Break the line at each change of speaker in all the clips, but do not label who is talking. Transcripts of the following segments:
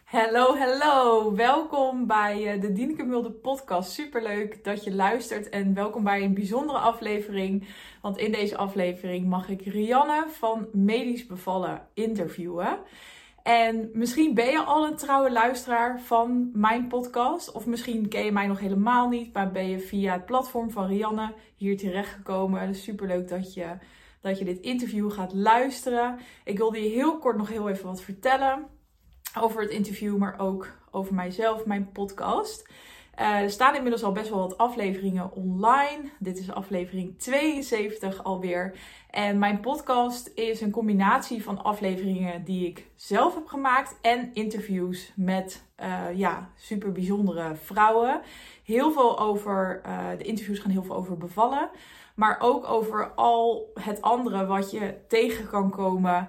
Hallo, hallo. Welkom bij de Dieneke Mulder podcast. Superleuk dat je luistert en welkom bij een bijzondere aflevering. Want in deze aflevering mag ik Rianne van Medisch Bevallen interviewen. En misschien ben je al een trouwe luisteraar van mijn podcast. Of misschien ken je mij nog helemaal niet, maar ben je via het platform van Rianne hier terechtgekomen. Dus superleuk dat je dit interview gaat luisteren. Ik wilde je heel kort nog heel even wat vertellen over het interview, maar ook over mijzelf, mijn podcast. Er staan inmiddels al best wel wat afleveringen online. Dit is aflevering 72 alweer. En mijn podcast is een combinatie van afleveringen die ik zelf heb gemaakt en interviews met super bijzondere vrouwen. Heel veel over, de interviews gaan heel veel over bevallen, maar ook over al het andere wat je tegen kan komen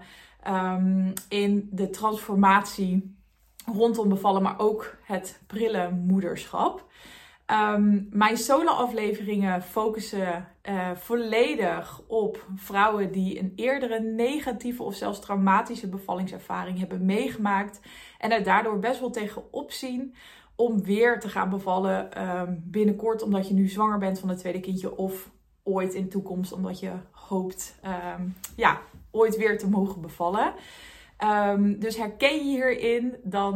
in de transformatie rondom bevallen, maar ook het prille moederschap. Mijn solo-afleveringen focussen volledig op vrouwen die een eerdere negatieve of zelfs traumatische bevallingservaring hebben meegemaakt en er daardoor best wel tegenop zien om weer te gaan bevallen binnenkort, omdat je nu zwanger bent van het tweede kindje of ooit in de toekomst omdat je hoopt ooit weer te mogen bevallen. Dus herken je hierin,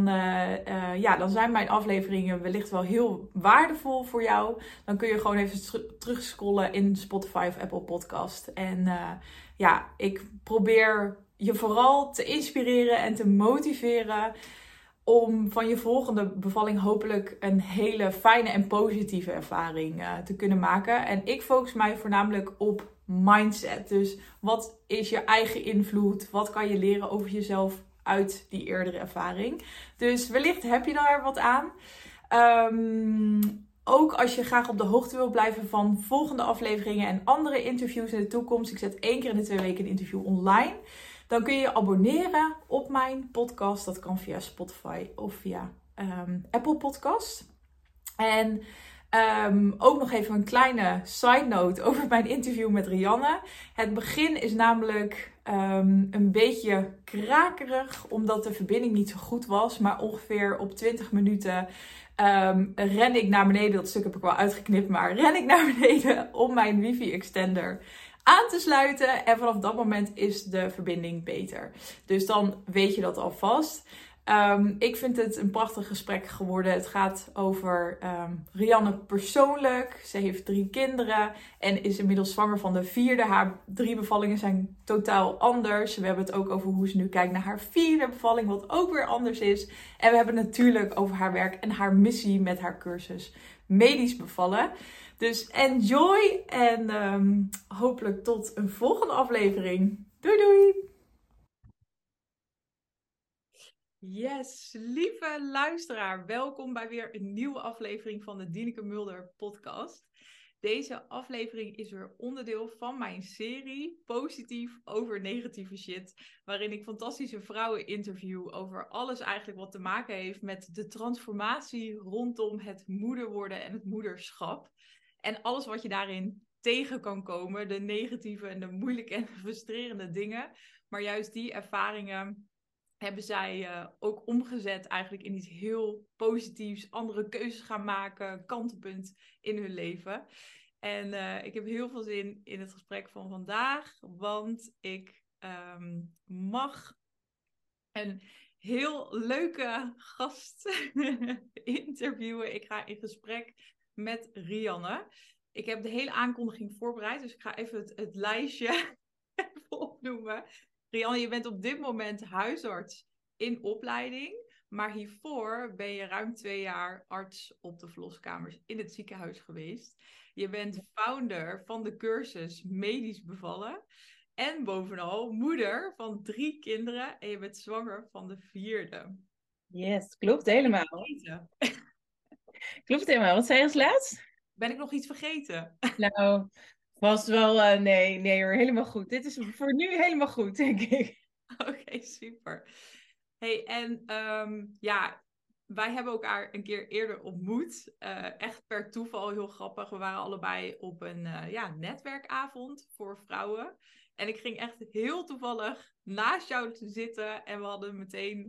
dan zijn mijn afleveringen wellicht wel heel waardevol voor jou. Dan kun je gewoon even terugscrollen in Spotify of Apple Podcast. En ik probeer je vooral te inspireren en te motiveren om van je volgende bevalling hopelijk een hele fijne en positieve ervaring te kunnen maken. En ik focus mij voornamelijk op mindset. Dus wat is je eigen invloed? Wat kan je leren over jezelf uit die eerdere ervaring? Dus wellicht heb je daar wat aan. Ook als je graag op de hoogte wil blijven van volgende afleveringen en andere interviews in de toekomst. Ik zet 1 keer in de 2 weken een interview online. Dan kun je je abonneren op mijn podcast. Dat kan via Spotify of via Apple Podcast. En ook nog even een kleine side note over mijn interview met Rianne. Het begin is namelijk een beetje krakerig, omdat de verbinding niet zo goed was. Maar ongeveer op 20 minuten ren ik naar beneden. Dat stuk heb ik wel uitgeknipt, maar ren ik naar beneden om mijn wifi-extender aan te sluiten. En vanaf dat moment is de verbinding beter. Dus dan weet je dat alvast. Ik vind het een prachtig gesprek geworden. Het gaat over Rianne persoonlijk. Ze heeft 3 kinderen en is inmiddels zwanger van de 4e. Haar 3 bevallingen zijn totaal anders. We hebben het ook over hoe ze nu kijkt naar haar 4e bevalling, wat ook weer anders is. En we hebben het natuurlijk over haar werk en haar missie met haar cursus Medisch Bevallen. Dus enjoy en hopelijk tot een volgende aflevering. Doei doei! Yes, lieve luisteraar, welkom bij weer een nieuwe aflevering van de Dieneke Mulder podcast. Deze aflevering is weer onderdeel van mijn serie Positief over negatieve shit, waarin ik fantastische vrouwen interview over alles eigenlijk wat te maken heeft met de transformatie rondom het moeder worden en het moederschap. En alles wat je daarin tegen kan komen, de negatieve en de moeilijke en frustrerende dingen, maar juist die ervaringen hebben zij ook omgezet eigenlijk in iets heel positiefs. Andere keuzes gaan maken, kantelpunt in hun leven. En ik heb heel veel zin in het gesprek van vandaag. Want ik mag een heel leuke gast interviewen. Ik ga in gesprek met Rianne. Ik heb de hele aankondiging voorbereid. Dus ik ga even het lijstje even opnoemen. Rianne, je bent op dit moment huisarts in opleiding. Maar hiervoor ben je ruim 2 jaar arts op de verloskamers in het ziekenhuis geweest. Je bent founder van de cursus Medisch Bevallen. En bovenal moeder van 3 kinderen. En je bent zwanger van de 4e.
Yes, klopt helemaal. Klopt helemaal. Wat zei je als laatst?
Ben ik nog iets vergeten?
Nou, vast wel, nee hoor, helemaal goed. Dit is voor nu helemaal goed, denk ik.
Oké, super. Hey, en wij hebben elkaar een keer eerder ontmoet. Echt per toeval, heel grappig. We waren allebei op een netwerkavond voor vrouwen. En ik ging echt heel toevallig naast jou zitten. En we hadden meteen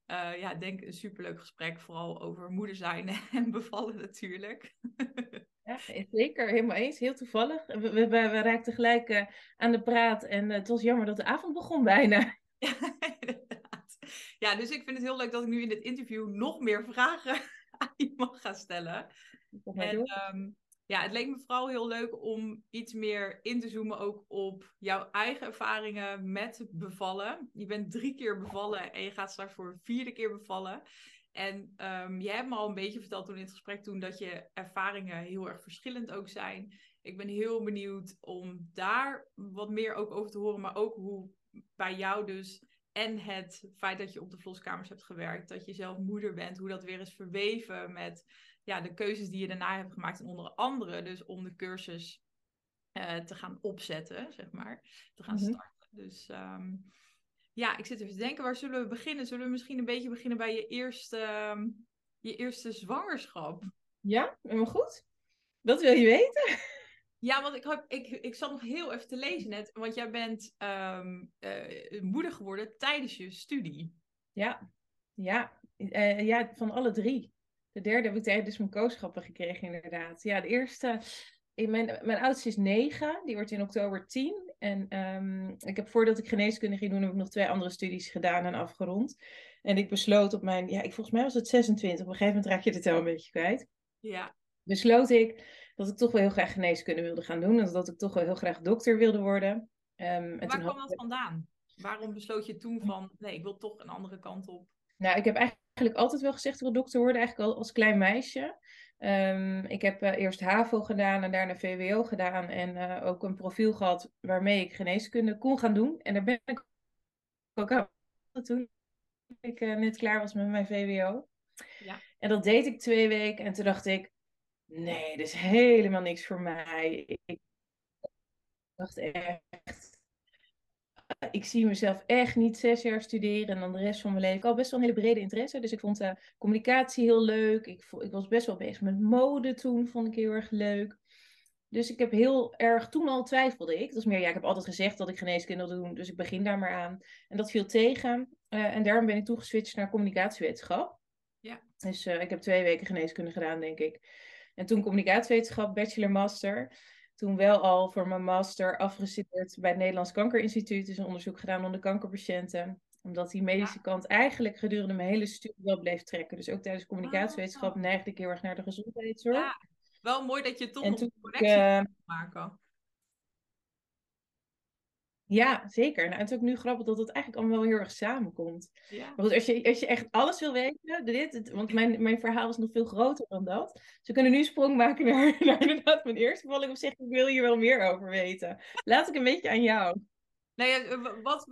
denk een superleuk gesprek. Vooral over moeder zijn en bevallen natuurlijk.
Ja, zeker, helemaal eens. Heel toevallig. We raakten gelijk aan de praat en het was jammer dat de avond begon bijna.
Ja, inderdaad. Ja, dus ik vind het heel leuk dat ik nu in dit interview nog meer vragen aan je mag gaan stellen.
Kom maar
En
door.
het leek me vooral heel leuk om iets meer in te zoomen ook op jouw eigen ervaringen met bevallen. Je bent 3 keer bevallen en je gaat straks voor een 4e keer bevallen. En je hebt me al een beetje verteld toen in het gesprek dat je ervaringen heel erg verschillend ook zijn. Ik ben heel benieuwd om daar wat meer ook over te horen, maar ook hoe bij jou dus en het feit dat je op de verloskamers hebt gewerkt, dat je zelf moeder bent, hoe dat weer is verweven met de keuzes die je daarna hebt gemaakt. En onder andere dus om de cursus te gaan opzetten, zeg maar. Te gaan starten. Dus ik zit even te denken, waar zullen we beginnen? Zullen we misschien een beetje beginnen bij je eerste zwangerschap?
Ja, helemaal goed. Dat wil je weten?
Ja, want ik zat nog heel even te lezen net. Want jij bent moeder geworden tijdens je studie.
Ja, van alle 3. De derde heb ik tijdens mijn kooschappen gekregen, inderdaad. Ja, de eerste... Mijn oudste is 9, die wordt in oktober 10. En ik heb voordat ik geneeskunde ging doen, heb ik nog 2 andere studies gedaan en afgerond. En ik besloot op mijn, volgens mij was het 26, op een gegeven moment raak je het wel een beetje kwijt.
Ja.
Besloot ik dat ik toch wel heel graag geneeskunde wilde gaan doen. En dat ik toch wel heel graag dokter wilde worden. En
Waar
toen
kwam dat vandaan? Waarom besloot je toen van, nee, ik wil toch een andere kant op?
Nou, ik heb eigenlijk altijd wel gezegd, ik wil dokter worden, eigenlijk al als klein meisje. Ik heb eerst HAVO gedaan en daarna VWO gedaan. En ook een profiel gehad waarmee ik geneeskunde kon gaan doen. En daar ben ik ook aan toen ik net klaar was met mijn VWO.
Ja.
En dat deed ik 2 weken en toen dacht ik, nee, dit is helemaal niks voor mij. Ik dacht echt, ik zie mezelf echt niet 6 jaar studeren en dan de rest van mijn leven. Ik had best wel een hele brede interesse, dus ik vond communicatie heel leuk. Ik was best wel bezig met mode toen, vond ik heel erg leuk. Dus ik heb heel erg, toen al twijfelde ik. Dat is meer, ik heb altijd gezegd dat ik geneeskunde wil doen, dus ik begin daar maar aan. En dat viel tegen. En daarom ben ik toegeswitcht naar communicatiewetenschap.
Ja.
Dus ik heb 2 weken geneeskunde gedaan, denk ik. En toen communicatiewetenschap, bachelor, master. Toen wel al voor mijn master afgestudeerd bij het Nederlands Kankerinstituut. Dus een onderzoek gedaan onder kankerpatiënten. Omdat die medische kant eigenlijk gedurende mijn hele studie wel bleef trekken. Dus ook tijdens communicatiewetenschap neigde ik heel erg naar de gezondheidszorg.
Ja, wel mooi dat je toch
En
nog
toen
een connectie kan maken.
ja, zeker. Nou, het is ook nu grappig dat het eigenlijk allemaal wel heel erg samenkomt.
Ja.
Maar goed, als je echt alles wil weten, want mijn verhaal is nog veel groter dan dat. Dus we kunnen nu een sprong maken naar inderdaad mijn eerste bevalling. Of zeg ik wil hier wel meer over weten. Laat ik een beetje aan jou.
Nou ja,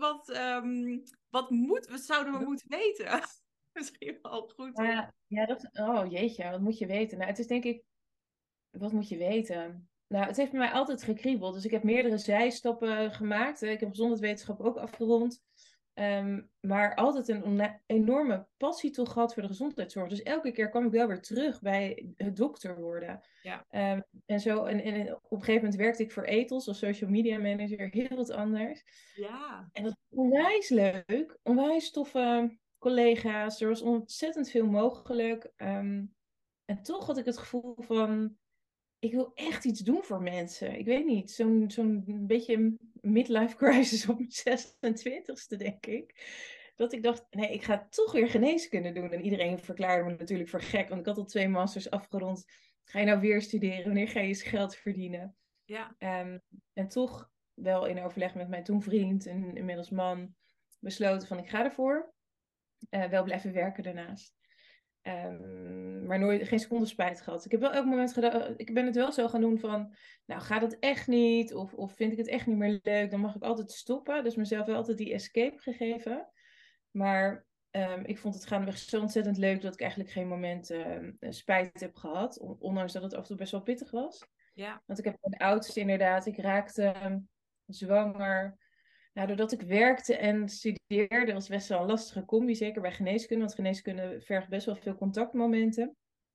wat zouden we moeten weten? Misschien wel goed.
Oh jeetje, wat moet je weten? Nou, het is denk ik, wat moet je weten? Nou, het heeft bij mij altijd gekriebeld. Dus ik heb meerdere zijstappen gemaakt. Ik heb gezondheidswetenschap ook afgerond. Maar altijd een enorme passie toch gehad voor de gezondheidszorg. Dus elke keer kwam ik wel weer terug bij het dokter worden.
Ja.
En zo, en op een gegeven moment werkte ik voor Ethos als social media manager, heel wat anders.
Ja.
En dat was onwijs leuk, onwijs toffe collega's. Er was ontzettend veel mogelijk. En toch had ik het gevoel van, ik wil echt iets doen voor mensen. Ik weet niet, zo'n beetje midlife crisis op mijn 26e, denk ik. Dat ik dacht, nee, ik ga toch weer geneeskunde doen. En iedereen verklaarde me natuurlijk voor gek, want ik had al 2 masters afgerond. Ga je nou weer studeren? Wanneer ga je eens geld verdienen?
Ja.
En toch wel in overleg met mijn toen vriend en inmiddels man besloten van ik ga ervoor. Wel blijven werken daarnaast. Maar nooit, geen seconde spijt gehad. Ik heb wel elk moment gedacht, ik ben het wel zo gaan doen van, nou gaat het echt niet? Of vind ik het echt niet meer leuk? Dan mag ik altijd stoppen. Dus mezelf wel altijd die escape gegeven. Maar ik vond het gaandeweg zo ontzettend leuk dat ik eigenlijk geen moment spijt heb gehad. Ondanks dat het af en toe best wel pittig was.
Ja.
Want ik heb mijn oudste inderdaad, ik raakte zwanger. Nou, doordat ik werkte en studeerde, was best wel een lastige combi, zeker bij geneeskunde, want geneeskunde vergt best wel veel contactmomenten.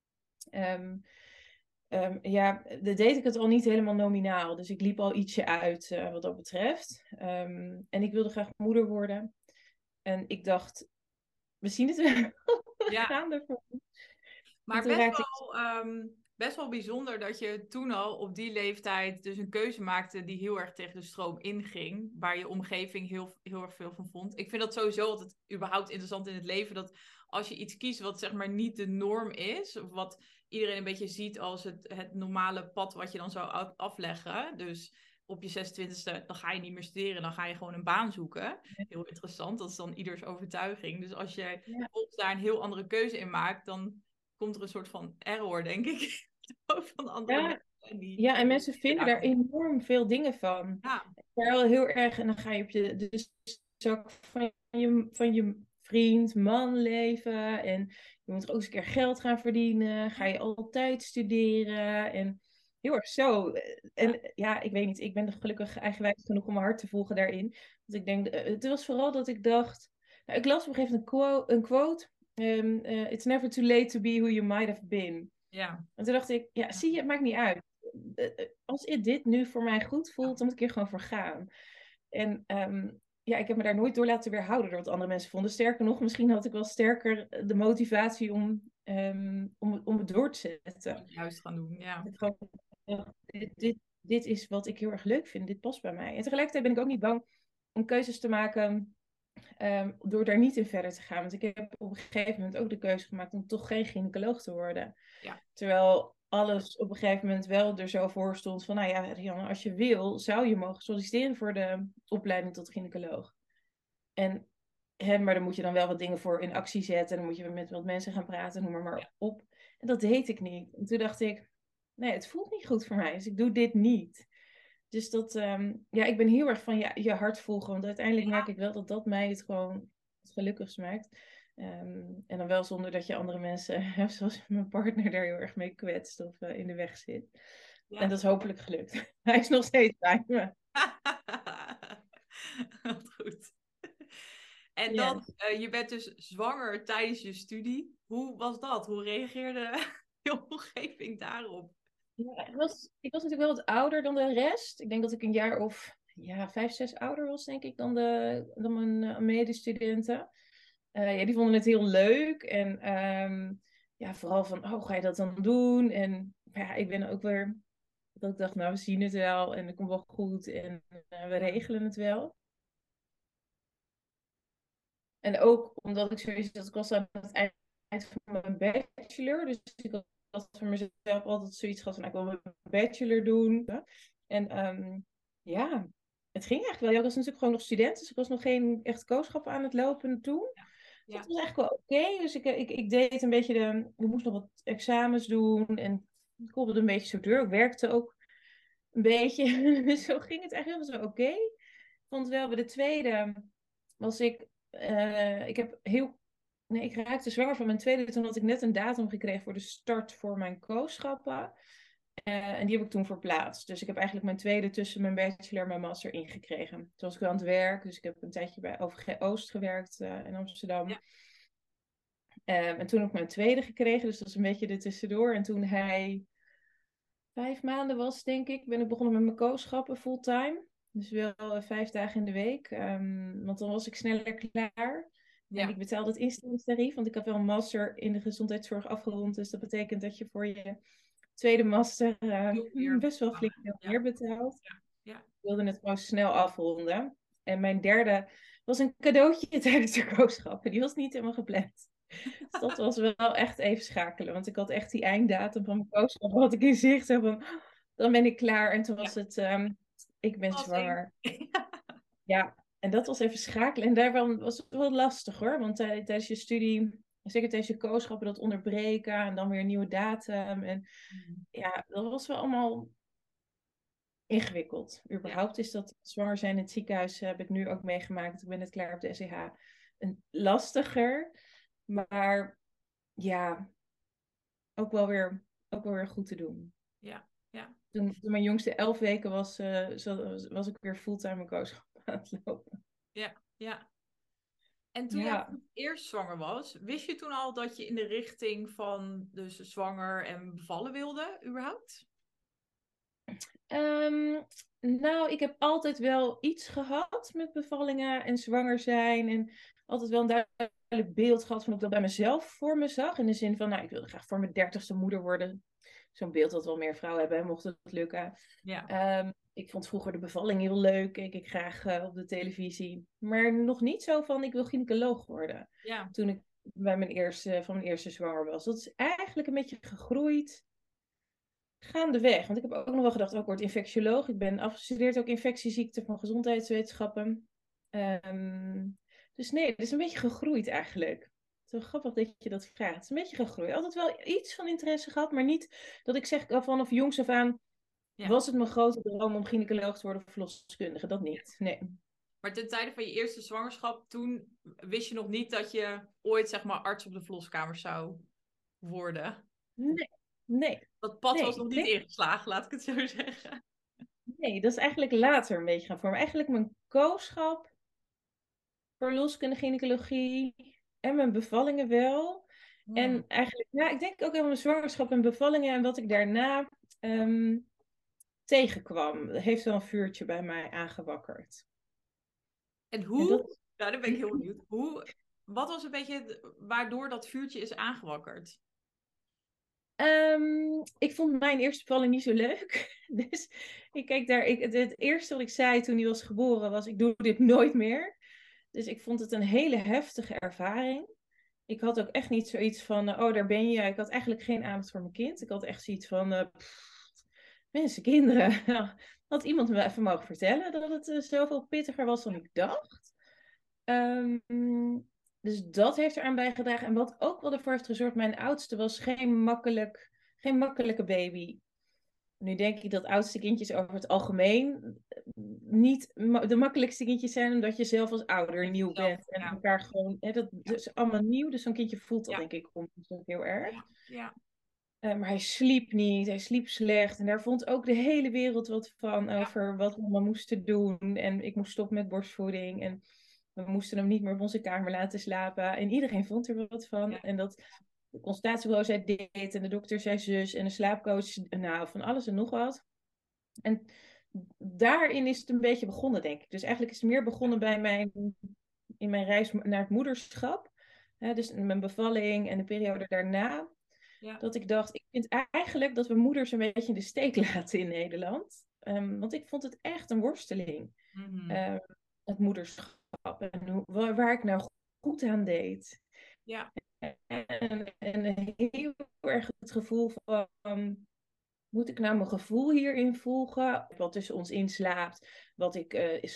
Dan deed ik het al niet helemaal nominaal, dus ik liep al ietsje uit wat dat betreft. En ik wilde graag moeder worden. En ik dacht, we zien het wel. We
Ja,
gaan ervoor. En
maar
toen raakte ik...
best wel bijzonder dat je toen al op die leeftijd dus een keuze maakte die heel erg tegen de stroom inging, waar je omgeving heel erg veel van vond. Ik vind dat sowieso altijd überhaupt interessant in het leven, dat als je iets kiest wat zeg maar niet de norm is, of wat iedereen een beetje ziet als het normale pad wat je dan zou afleggen, dus op je 26e, dan ga je niet meer studeren, dan ga je gewoon een baan zoeken. Heel interessant, dat is dan ieders overtuiging. Dus als je
Ja,
vervolgens daar een heel andere keuze in maakt, dan komt er een soort van error, denk ik, van andere
ja,
mensen. En die
ja, en mensen
vinden
vinden
daar
daar
dan.
enorm veel dingen van.
Ja,
Wel heel erg, en dan ga je op de zak van je vriend, man leven. En je moet er ook eens een keer geld gaan verdienen. Ga je altijd studeren. En heel erg zo.
ja,
En ja, ik weet niet, ik ben gelukkig eigenwijs genoeg om mijn hart te volgen daarin. Want ik denk, het was vooral dat ik dacht. Nou, ik las op een gegeven moment een quote. It's never too late to be who you might have been.
ja,
En toen dacht ik, ja, zie je, het maakt niet uit. Als dit nu voor mij goed voelt, dan moet ik hier gewoon voor gaan. En ja, ik heb me daar nooit door laten weerhouden door wat andere mensen vonden. Sterker nog, misschien had ik wel sterker de motivatie om het door te
om
zetten.
het juist gaan doen. Ja,
Ik gewoon, dit is wat ik heel erg leuk vind. Dit past bij mij. En tegelijkertijd ben ik ook niet bang om keuzes te maken door daar niet in verder te gaan. Want ik heb op een gegeven moment ook de keuze gemaakt om toch geen gynaecoloog te worden.
ja,
Terwijl alles op een gegeven moment wel er zo voor stond van, nou ja, Rianne, als je wil, zou je mogen solliciteren voor de opleiding tot gynaecoloog. En, maar dan moet je dan wel wat dingen voor in actie zetten. Dan moet je met wat mensen gaan praten, noem maar
ja,
op. En dat deed ik niet. En toen dacht ik, nee, het voelt niet goed voor mij, dus ik doe dit niet. Dus dat, ja, ik ben heel erg van je hart volgen. Want uiteindelijk merk ik wel dat dat mij het gewoon het gelukkigst maakt. En dan wel zonder dat je andere mensen, zoals mijn partner, daar heel erg mee kwetst of in de weg zit. En
ja.
dat is hopelijk gelukt. Hij is nog steeds bij me.
Wat goed. En dan,
Yes.
je bent dus zwanger tijdens je studie. Hoe was dat? Hoe reageerde je omgeving daarop?
Ja, ik was natuurlijk wel wat ouder dan de rest. Ik denk dat ik een jaar of ja, 5, 6 ouder was, denk ik, dan mijn medestudenten. Ja, die vonden het heel leuk. En ja, vooral van, oh, ga je dat dan doen? En ja, ik ben ook weer, dat ik dacht, nou, we zien het wel en het komt wel goed en we
Ja,
regelen het wel. En ook omdat ik sowieso dat ik was aan het eind van mijn bachelor. Dus ik had voor mezelf altijd zoiets gehad van, ik wil mijn bachelor doen. En ja, het ging eigenlijk wel. Ja, ik was natuurlijk gewoon nog student, dus ik was nog geen echt kooschap aan het lopen toen. Dus dat
ja,
was eigenlijk wel oké. Dus ik deed een beetje ik moest nog wat examens doen en ik koppelde een beetje zo door. Ik werkte ook een beetje. Dus zo ging het eigenlijk wel zo oké. Ik vond wel bij de tweede was ik heb heel, nee, ik raakte zwanger van mijn tweede. Toen had ik net een datum gekregen voor de start voor mijn kooschappen. En die heb ik toen verplaatst. Dus ik heb eigenlijk mijn tweede tussen mijn bachelor en mijn master ingekregen. Toen was ik wel aan het werk. Dus ik heb een tijdje bij OVG Oost gewerkt in Amsterdam.
ja,
En toen heb ik mijn tweede gekregen. Dus dat is een beetje er tussendoor. En toen hij 5 maanden was, denk ik, ben ik begonnen met mijn kooschappen fulltime. Dus wel 5 dagen in de week. Want dan was ik sneller klaar. En
ja.
ik betaalde het instellingstarief, want ik had wel een master in de gezondheidszorg afgerond. Dus dat betekent dat je voor je tweede master
Veel meer.
best wel flink veel
Ja,
meer betaalt.
ja, ja.
Ik wilde het gewoon snel afronden. En mijn derde was een cadeautje tijdens de kooschappen. Die was niet helemaal gepland. Dus dat was wel echt even schakelen. Want ik had echt die einddatum van mijn kooschappen had ik in zicht. Zo van, dan ben ik klaar. En toen was
Ja,
het, ik ben
verrassing.
zwanger. Ja, en dat was even schakelen. En daarvan was het wel lastig hoor. Want tijdens je studie, zeker tijdens je kooschappen, dat onderbreken. En dan weer een nieuwe datum. En ja, dat was wel allemaal ingewikkeld.
Ja,
Überhaupt is dat zwanger zijn in het ziekenhuis, heb ik nu ook meegemaakt. Ik ben net klaar op de SEH. Een lastiger, maar ja, ook wel weer goed te doen.
ja, ja,
Toen mijn jongste 11 weken was, was ik weer fulltime mijn kooschap aan het lopen.
ja, ja. En toen jij voor
Ja,
het eerst zwanger was, wist je toen al dat je in de richting van dus zwanger en bevallen wilde, überhaupt?
Ehm, nou, ik heb altijd wel iets gehad met bevallingen en zwanger zijn. En altijd wel een duidelijk beeld gehad van hoe ik dat bij mezelf voor me zag. In de zin van, nou, ik wilde graag voor mijn 30ste moeder worden. Zo'n beeld dat wel meer vrouwen hebben, hè, mocht het lukken.
Ja,
Ik vond vroeger de bevalling heel leuk. Keek ik graag op de televisie. Maar nog niet zo van, ik wil gynaecoloog worden.
ja,
Toen ik van mijn eerste zwanger was. Dat is eigenlijk een beetje gegroeid gaandeweg. Want ik heb ook nog wel gedacht, ik word infectioloog. Ik ben afgestudeerd ook infectieziekten van gezondheidswetenschappen. Ehm, dus nee, het is een beetje gegroeid eigenlijk. Het is wel grappig dat je dat vraagt. Het is een beetje gegroeid. Altijd wel iets van interesse gehad, maar niet dat ik zeg vanaf jongs af aan
ja.
was het mijn grote droom om gynaecoloog te worden of verloskundige. Dat niet. Nee.
Maar ten tijde van je eerste zwangerschap, toen wist je nog niet dat je ooit, zeg maar, arts op de verloskamer zou worden.
Nee. Nee.
Dat pad was
Nee.
nog
Ik
niet
denk,
ingeslagen, laat ik het zo zeggen.
nee, dat is eigenlijk later een beetje gaan vormen. Eigenlijk mijn kooschap, verloskunde, gynaecologie en mijn bevallingen wel.
Hmm.
En eigenlijk, ja, ik denk ook aan mijn zwangerschap en bevallingen en wat ik daarna ehm, tegenkwam. Heeft wel een vuurtje bij mij aangewakkerd.
En
En
hoe,
dat,
nou, daar ben ik heel benieuwd. Wat was een beetje waardoor dat vuurtje is aangewakkerd?
ik vond mijn eerste bevalling niet zo leuk. Dus ik kijk daar. Het eerste wat ik zei toen hij was geboren was: ik doe dit nooit meer. Dus ik vond het een hele heftige ervaring. Ik had ook echt niet zoiets van: oh, daar ben je. Ik had eigenlijk geen aandacht voor mijn kind. Ik had echt zoiets van: mensen, kinderen. Had iemand me even mogen vertellen dat het zoveel pittiger was dan ik dacht. Ehm, dus dat heeft eraan bijgedragen. En wat ook wel ervoor heeft gezorgd, mijn oudste was geen makkelijke baby. Nu denk ik dat oudste kindjes over het algemeen niet de makkelijkste kindjes zijn, omdat je zelf als ouder
Even
nieuw
zelf,
bent. En
ja,
elkaar gewoon, hè, dat
ja,
is allemaal nieuw. Dus zo'n kindje voelt dat
ja,
denk ik ook heel erg.
ja, ja,
Maar hij sliep niet, hij sliep slecht. En daar vond ook de hele wereld wat van
ja,
over wat we allemaal moesten doen. En ik moest stoppen met borstvoeding. En we moesten hem niet meer op onze kamer laten slapen. En iedereen vond er wat van.
ja,
En dat de consultatiebureau zei dit en de dokter zei zus. En de slaapcoach, nou, van alles en nog wat. En daarin is het een beetje begonnen, denk ik. Dus eigenlijk is het meer begonnen bij in mijn reis naar het moederschap. Dus mijn bevalling en de periode daarna
ja.
dat ik dacht, ik vind eigenlijk dat we moeders een beetje in de steek laten in Nederland. Want ik vond het echt een worsteling,
Mhm.
ehm, het moederschap. En waar ik nou goed aan deed.
Ja,
En heel erg het gevoel van, moet ik nou mijn gevoel hierin volgen? Wat tussen ons inslaapt, wat ik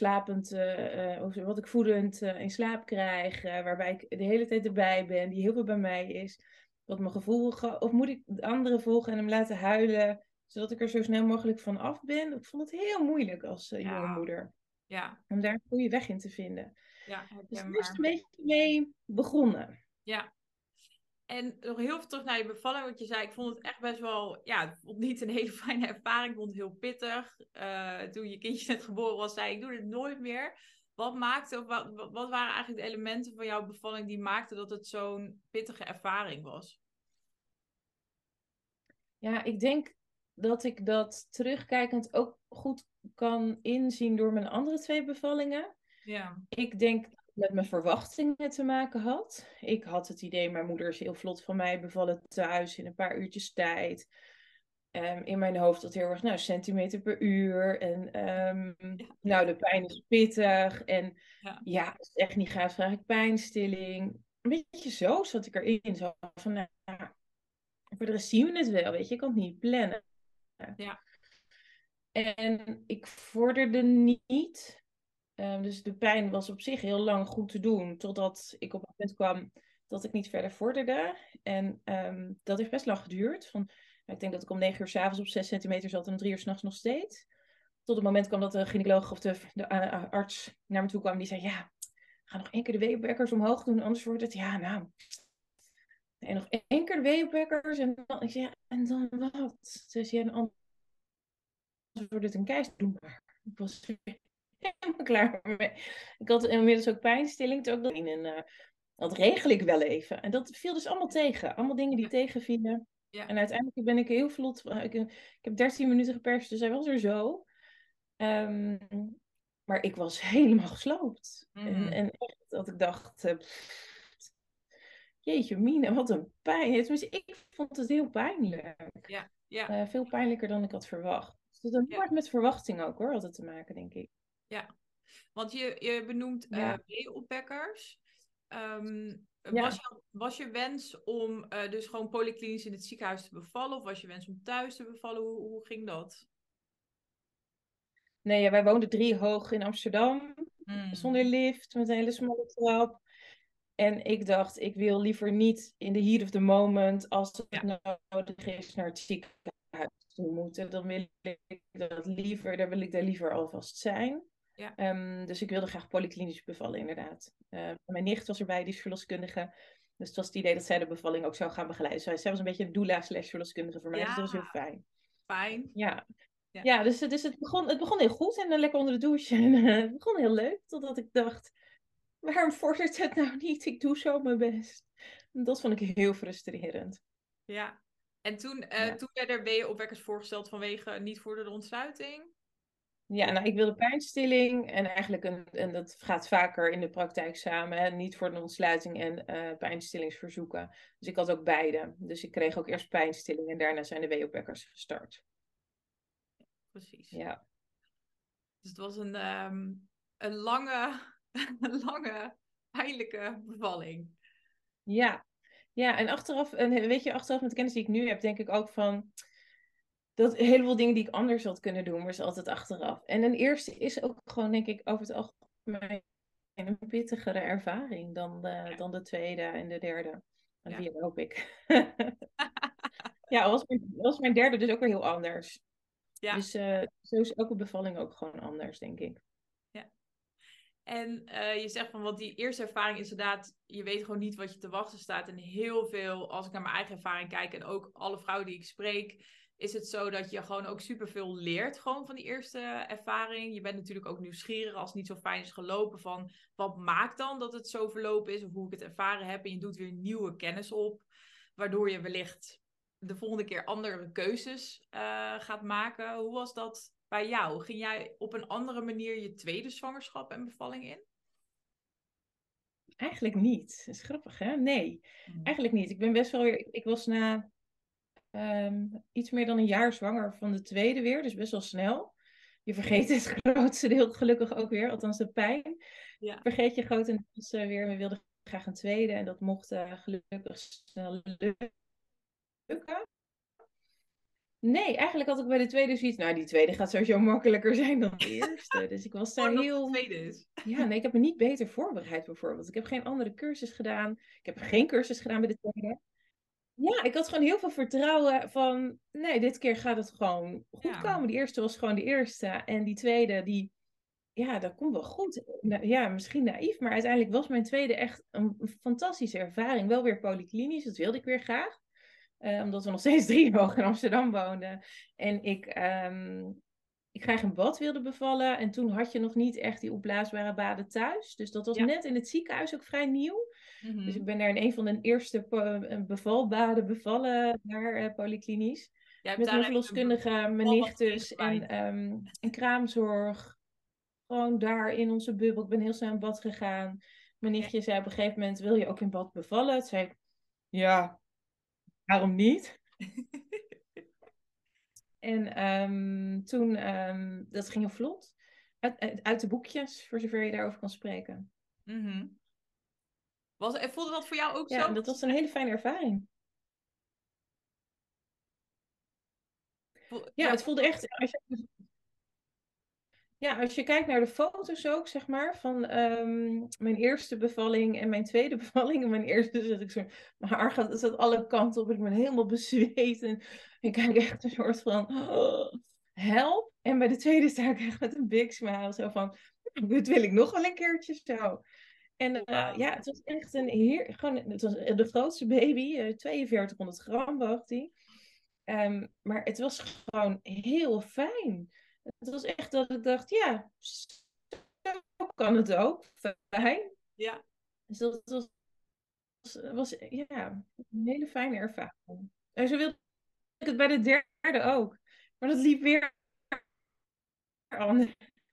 wat ik voedend in slaap krijg, waarbij ik de hele tijd erbij ben, die heel veel bij mij is. Wat mijn gevoel, of moet ik de anderen volgen en hem laten huilen, zodat ik er zo snel mogelijk van af ben? Ik vond het heel moeilijk als jonge
ja,
moeder,
ja,
om daar een goede weg in te vinden.
ja,
Dus daar is het een
herkenbaar.
beetje mee begonnen.
Ja. En nog heel veel terug naar je bevalling, want je zei, ik vond het echt best wel, ja, ik vond het niet een hele fijne ervaring, ik vond het heel pittig. Toen je kindje net geboren was, zei ik, doe dit nooit meer. Wat maakte, of wat waren eigenlijk de elementen van jouw bevalling die maakten dat het zo'n pittige ervaring was?
Ja, ik denk dat ik dat terugkijkend ook goed kan inzien door mijn andere twee bevallingen.
Ja,
Ik denk dat het met mijn verwachtingen te maken had. Ik had het idee, mijn moeder is heel vlot van mij bevallen thuis in een paar uurtjes tijd. In mijn hoofd dat heel erg, nou, centimeter per uur. En
ja, ja,
nou, de pijn is pittig. En
ja,
ja, als het echt niet gaat, vraag ik pijnstilling. Een beetje zo zat ik erin. Zo van, nou, voor de rest zien we het wel, weet je. Ik kan het niet plannen.
ja,
En ik vorderde niet. Dus de pijn was op zich heel lang goed te doen, totdat ik op het punt kwam dat ik niet verder vorderde. En dat heeft best lang geduurd. Ik denk dat ik om 9 uur 's avonds op 6 centimeter zat en om 3 uur 's nachts nog steeds. Tot het moment kwam dat de gynaecoloog of de arts naar me toe kwam. Die zei, ja, ga nog één keer de weeënwekkers omhoog doen, anders wordt het, ja, nou... En nog één keer de weeënwekkers en dan, ik zei, ja, en dan wat? Dus ja, anders wordt het een keizer. Doe maar. Ik was helemaal klaar mee. Ik had inmiddels ook pijnstilling. Toen ook dat regel ik wel even. En dat viel dus allemaal tegen. Allemaal dingen die tegenvielen.
Ja.
En uiteindelijk ben ik heel vlot. Ik heb 13 minuten geperst, dus hij was er zo. Ehm, maar ik was helemaal gesloopt.
Mhm.
En echt dat ik dacht, jeetje mine, wat een pijn. Tenminste, ik vond het heel pijnlijk.
Ja. Ja.
Veel pijnlijker dan ik had verwacht. Dus dat heeft
Ja.
hard met verwachting ook hoor, altijd te maken, denk ik.
Ja. Want je benoemt
Ja,
weeopwekkers.
ja.
Was je wens om dus gewoon polyklinisch in het ziekenhuis te bevallen? Of was je wens om thuis te bevallen? Hoe ging dat?
Nee, ja, wij woonden 3 hoog in Amsterdam. Zonder
Mm.
lift, met een hele smalle trap. En ik dacht, ik wil liever niet in de heat of the moment, als het
Ja.
nodig is, naar het ziekenhuis toe moeten. Dan wil ik dat liever, daar wil ik daar liever alvast zijn.
Ja.
Dus ik wilde graag polyklinisch bevallen, inderdaad. Mijn nicht was erbij, die is verloskundige. Dus het was het idee dat zij de bevalling ook zou gaan begeleiden. Zij was een beetje een doula slash verloskundige voor mij, dus dat was heel
Ja.
fijn.
Fijn.
Ja,
Ja.
ja, dus het begon heel goed en dan lekker onder de douche. En het begon heel leuk, totdat ik dacht, waarom vordert het nou niet? Ik doe zo mijn best. En dat vond ik heel frustrerend.
Ja. En
Ja,
toen werden er weeopwekkers voorgesteld vanwege niet voor de ontsluiting?
ja, nou, ik wilde pijnstilling en eigenlijk en dat gaat vaker in de praktijk samen, hè, niet voor de ontsluiting en pijnstillingsverzoeken. Dus ik had ook beide. Dus ik kreeg ook eerst pijnstilling en daarna zijn de weeopwekkers gestart.
Precies.
Ja.
Dus het was een lange, een lange, pijnlijke bevalling.
Ja, ja, en achteraf, en weet je, achteraf met de kennis die ik nu heb, denk ik ook van dat een heleboel dingen die ik anders had kunnen doen, maar is altijd achteraf. En een eerste is ook gewoon, denk ik, over het algemeen een pittigere ervaring
Ja.
dan de tweede en de derde. En
Ja.
die hoop ik. Ja, was mijn derde dus ook weer heel anders.
Ja.
Dus zo is elke bevalling ook gewoon anders, denk ik.
Ja. En je zegt van, want die eerste ervaring is inderdaad, je weet gewoon niet wat je te wachten staat. En heel veel, als ik naar mijn eigen ervaring kijk en ook alle vrouwen die ik spreek, is het zo dat je gewoon ook superveel leert gewoon van die eerste ervaring. Je bent natuurlijk ook nieuwsgierig als het niet zo fijn is gelopen van, wat maakt dan dat het zo verlopen is of hoe ik het ervaren heb. En je doet weer nieuwe kennis op, waardoor je wellicht de volgende keer andere keuzes gaat maken. Hoe was dat bij jou? Ging jij op een andere manier je tweede zwangerschap en bevalling in?
Eigenlijk niet. Dat is grappig, hè? Nee,
Hmm.
eigenlijk niet. Ik ben best wel weer. Ik was na iets meer dan een jaar zwanger van de tweede weer, dus best wel snel. Je vergeet het grootste deel gelukkig ook weer, althans de pijn.
Ja.
Vergeet je grotendeels weer. We wilden graag een tweede en dat mocht gelukkig snel lukken. Nee, eigenlijk had ik bij de tweede zoiets. Nou, die tweede gaat sowieso makkelijker zijn dan de eerste. Dus ik was daar
Gewoon dat het
heel.
tweede is.
Ja, nee, ik heb me niet beter voorbereid bijvoorbeeld. Ik heb geen andere cursus gedaan. Ik heb geen cursus gedaan bij de tweede. Ja, ik had gewoon heel veel vertrouwen van, nee, dit keer gaat het gewoon goed
Ja.
komen. Die eerste was gewoon de eerste. En die tweede, ja, dat komt wel goed. Nou, ja, misschien naïef, maar uiteindelijk was mijn tweede echt een fantastische ervaring. Wel weer polyklinisch, dat wilde ik weer graag. Omdat we nog steeds 3 hoog in Amsterdam woonden. En ik graag in bad wilde bevallen. En toen had je nog niet echt die opblaasbare baden thuis. Dus dat was
Ja.
net in het ziekenhuis ook vrij nieuw. Dus ik
Mhm.
ben daar in een van de eerste bevalbaden bevallen, daar polyklinisch.
Jij hebt
Met
daar
mijn
echt een
verloskundige, mijn
beval
nicht
wat
dus en
ingewijd.
een kraamzorg. Gewoon daar in onze bubbel. Ik ben heel snel in bad gegaan. Mijn
Ja.
nichtje zei op een gegeven moment, wil je ook in bad bevallen? Toen zei ik, ja, waarom niet? En toen, dat ging heel vlot. Uit de boekjes, voor zover je daarover kan spreken.
Mhm. Voelde dat voor jou ook
Ja,
zo?
en dat was een hele fijne ervaring. Ja,
Ja,
het voelde echt, als je kijkt naar de foto's ook, zeg maar, van mijn eerste bevalling en mijn tweede bevalling. En mijn eerste zat ik zo, mijn haar zat alle kanten op en ik ben helemaal bezweet. En ik kijk echt een soort van, oh, help. En bij de tweede sta ik echt met een big smile, zo van, dit wil ik nog wel een keertje zo. En ja,
wauw.
het was echt gewoon, het was de grootste baby, 4200 gram woog die. Maar het was gewoon heel fijn. Het was echt dat ik dacht, ja, zo kan het ook.
Ja,
Fijn.
ja,
Dus dat was ja, een hele fijne ervaring. En ze wilde ik het bij de derde ook. Maar dat liep weer anders.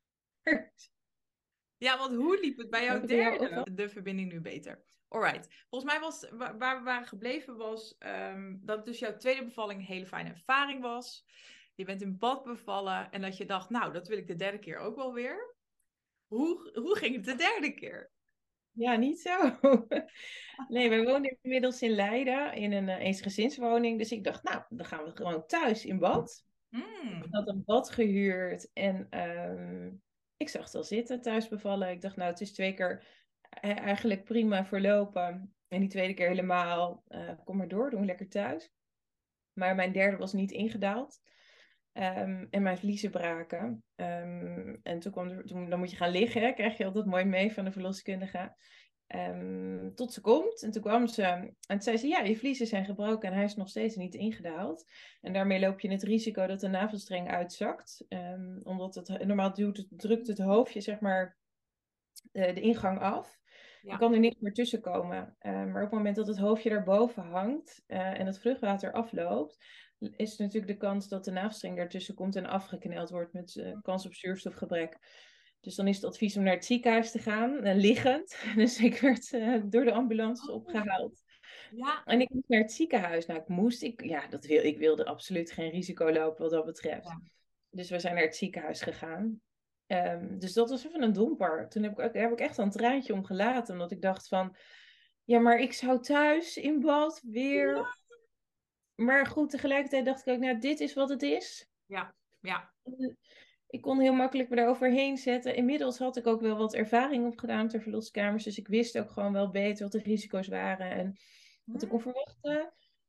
Ja, want hoe liep het bij
Heb
jouw
het bij jou ook wel?
derde? De verbinding nu beter. Alright. Volgens mij was waar we waren gebleven was dat dus jouw tweede bevalling een hele fijne ervaring was. Je bent in bad bevallen en dat je dacht, nou, dat wil ik de derde keer ook wel weer. Hoe ging het de derde keer?
Ja, niet zo. Nee, wij wonen inmiddels in Leiden in een eensgezinswoning. Dus ik dacht, nou, dan gaan we gewoon thuis in bad. Ik
Mm,
had een bad gehuurd en ik zag het al zitten thuis bevallen. Ik dacht, nou, het is 2 keer eigenlijk prima verlopen. En die tweede keer helemaal, kom maar door, doen we lekker thuis. Maar mijn derde was niet ingedaald. En mijn vliezen braken. En toen dan moet je gaan liggen, hè, krijg je altijd mooi mee van de verloskundige. Tot ze komt. En toen kwam ze. En toen zei ze, ja, je vliezen zijn gebroken en hij is nog steeds niet ingedaald. En daarmee loop je het risico dat de navelstreng uitzakt. Omdat normaal drukt het hoofdje, zeg maar, de ingang af. Dan
ja.
kan er niks meer tussen komen. Maar op het moment dat het hoofdje daarboven hangt en het vruchtwater afloopt, is er natuurlijk de kans dat de navelstreng ertussen komt en afgekneld wordt met kans op zuurstofgebrek. Dus dan is het advies om naar het ziekenhuis te gaan, liggend. Dus ik werd door de ambulance
Oh,
opgehaald.
ja.
En ik moest naar het ziekenhuis. Nou, ik wilde absoluut geen risico lopen wat dat betreft.
Ja.
Dus we zijn naar het ziekenhuis gegaan. Dus dat was even een domper. Toen heb ik echt een traantje om gelaten. Omdat ik dacht van, ja, maar ik zou thuis in bad weer. Maar goed, tegelijkertijd dacht ik ook, nou, dit is wat het is.
Ja. Ja.
Ik kon heel makkelijk me daaroverheen zetten. Inmiddels had ik ook wel wat ervaring opgedaan ter verloskamers. Dus ik wist ook gewoon wel beter wat de risico's waren en wat ik kon
Mm,
verwachten.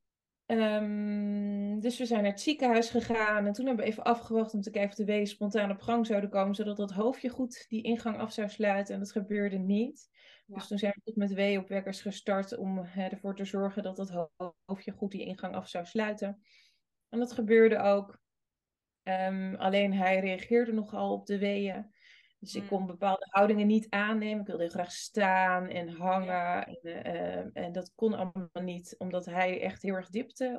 Dus we zijn naar het ziekenhuis gegaan en toen hebben we even afgewacht om te kijken of de weeën spontaan op gang zouden komen, zodat dat hoofdje goed die ingang af zou sluiten. En dat gebeurde niet. Dus
ja.
toen zijn we tot met weeënopwekkers gestart om ervoor te zorgen dat dat hoofdje goed die ingang af zou sluiten. En dat gebeurde ook. Alleen hij reageerde nogal op de weeën. Dus ik
Mm,
kon bepaalde houdingen niet aannemen. Ik wilde heel graag staan en
ja.
hangen. En dat kon allemaal niet, omdat hij echt heel erg dipte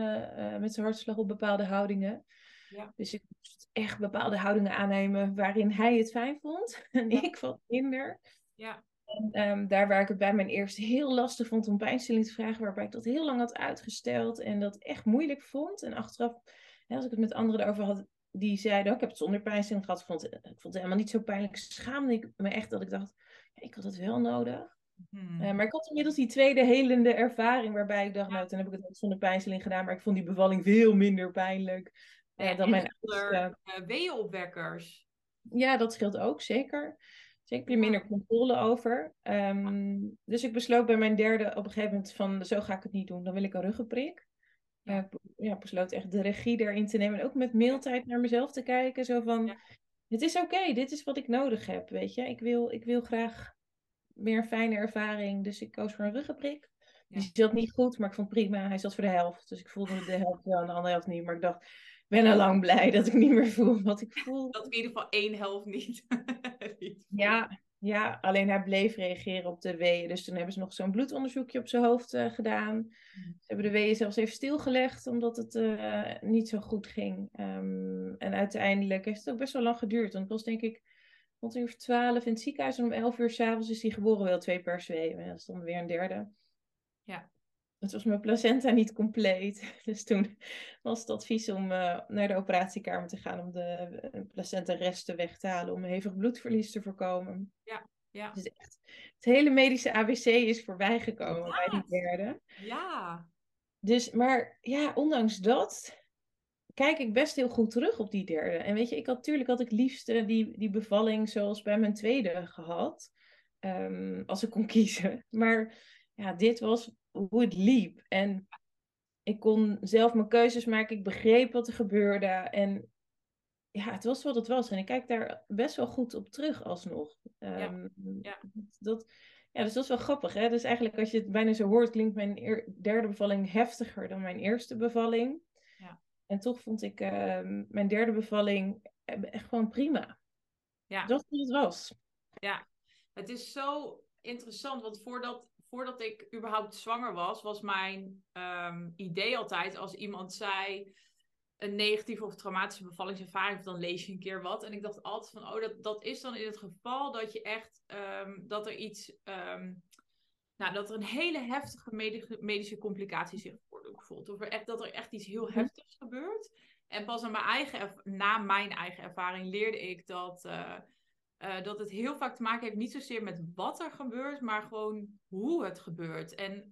met zijn hartslag op bepaalde houdingen.
Ja.
Dus ik moest echt bepaalde houdingen aannemen waarin hij het fijn vond en
Ja.
ik wat minder.
Ja.
Daar waar ik het bij mijn eerste heel lastig vond om pijnstilling te vragen, waarbij ik dat heel lang had uitgesteld en dat echt moeilijk vond. En achteraf, hè, als ik het met anderen erover had, die zeiden ook, ik heb het zonder pijnstilling gehad, ik vond het helemaal niet zo pijnlijk. Schaamde ik me echt dat ik dacht, ja, ik had het wel nodig.
Mm,
Maar ik had inmiddels die tweede helende ervaring, waarbij ik dacht,
ja.
nou, toen heb ik het ook zonder pijnstilling gedaan, maar ik vond die bevalling veel minder pijnlijk dan
En
mijn
zonder
oudste.
weeënopwekkers.
Ja, dat scheelt ook, zeker. Zeker heb je
Ja.
minder controle over. Dus ik besloot bij mijn derde op een gegeven moment van, zo ga ik het niet doen. Dan wil ik een ruggenprik.
Ja.
Ik besloot echt de regie erin te nemen. En ook met mailtijd naar mezelf te kijken. Zo van,
Ja.
het is oké, dit is wat ik nodig heb, weet je. Ik wil graag meer een fijne ervaring. Dus ik koos voor een ruggenprik.
Ja.
Die zat niet goed, maar ik vond het prima. Hij zat voor de helft. Dus ik voelde de helft wel en de andere helft niet. Maar ik dacht, ik ben al lang blij dat ik niet meer voel wat ik voel.
Dat in ieder geval één helft niet. niet voelt.
Ja, alleen hij bleef reageren op de weeën. Dus toen hebben ze nog zo'n bloedonderzoekje op zijn hoofd gedaan. Ze hebben de weeën zelfs even stilgelegd, omdat het niet zo goed ging. En uiteindelijk heeft het ook best wel lang geduurd. Want het was denk ik rond 11:12 in het ziekenhuis. En om 11 uur s'avonds is hij geboren, wel 2 per zweem. En dan stond er weer een derde.
Ja.
Het was mijn placenta niet compleet. Dus toen was het advies om naar de operatiekamer te gaan om de placenta-resten weg te halen. Om hevig bloedverlies te voorkomen.
Ja. Ja.
Dus echt, het hele medische ABC is voorbij gekomen bij die
Inderdaad.
derde.
Ja.
Dus, maar ja, ondanks dat kijk ik best heel goed terug op die derde. En weet je, natuurlijk had ik liefst die bevalling zoals bij mijn tweede gehad. Als ik kon kiezen. Maar ja, dit was hoe het liep. En ik kon zelf mijn keuzes maken. Ik begreep wat er gebeurde. En ja, het was wat het was. En ik kijk daar best wel goed op terug alsnog.
Ja.
Ehm,
Ja.
dat, ja, dus dat is wel grappig. Hè? Dus eigenlijk als je het bijna zo hoort, klinkt mijn derde bevalling heftiger dan mijn eerste bevalling.
Ja.
En toch vond ik mijn derde bevalling echt gewoon prima.
Ja.
Dat is wat het was.
Ja. Het is zo interessant, want voordat ik überhaupt zwanger was mijn idee altijd als iemand zei een negatieve of traumatische bevallingservaring, of dan lees je een keer wat. En ik dacht altijd van, dat is dan in het geval dat je echt, dat er iets, dat er een hele heftige medische complicatie zich voordoet, bijvoorbeeld. Dat er echt iets heel heftigs gebeurt. En pas na mijn eigen ervaring leerde ik dat het heel vaak te maken heeft niet zozeer met wat er gebeurt, maar gewoon hoe het gebeurt. En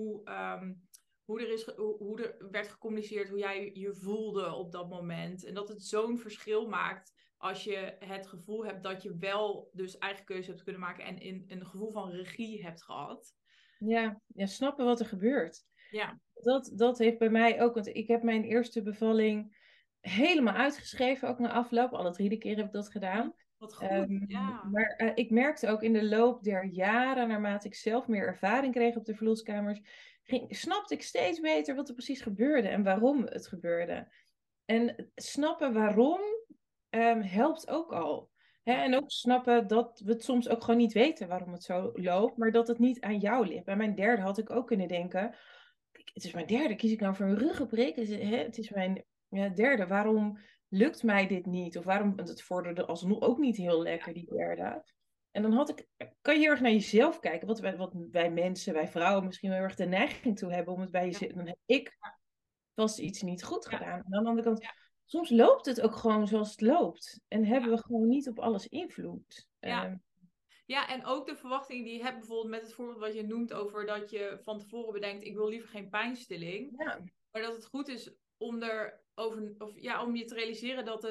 hoe er werd gecommuniceerd, hoe jij je voelde op dat moment. En dat het zo'n verschil maakt als je het gevoel hebt dat je wel dus eigen keuze hebt kunnen maken en een gevoel van regie hebt gehad.
Ja, snappen wat er gebeurt.
Ja.
Dat heeft bij mij ook, want ik heb mijn eerste bevalling helemaal uitgeschreven, ook na afloop. Alle 3 keer heb ik dat gedaan.
Wat goed, ja.
Maar ik merkte ook in de loop der jaren, naarmate ik zelf meer ervaring kreeg op de verloskamers, snapte ik steeds beter wat er precies gebeurde en waarom het gebeurde. En snappen waarom helpt ook al. Hè?
Ja.
En ook snappen dat we het soms ook gewoon niet weten waarom het zo loopt, maar dat het niet aan jou ligt. Bij mijn derde had ik ook kunnen denken, kijk, het is mijn derde, kies ik nou voor een ruggenprik? Het is mijn derde, waarom lukt mij dit niet? Of waarom, want het vorderde alsnog ook niet heel lekker, die derde. En dan kan je heel erg naar jezelf kijken, wat wij mensen, wij vrouwen misschien wel heel erg de neiging toe hebben om het bij jezelf. Dan heb ik vast iets niet goed gedaan. En aan de andere kant, soms loopt het ook gewoon zoals het loopt. En hebben we gewoon niet op alles invloed.
Ja. Ja, en ook de verwachting die je hebt bijvoorbeeld met het voorbeeld wat je noemt over dat je van tevoren bedenkt, ik wil liever geen pijnstilling.
Ja.
Maar dat het goed is om om je te realiseren dat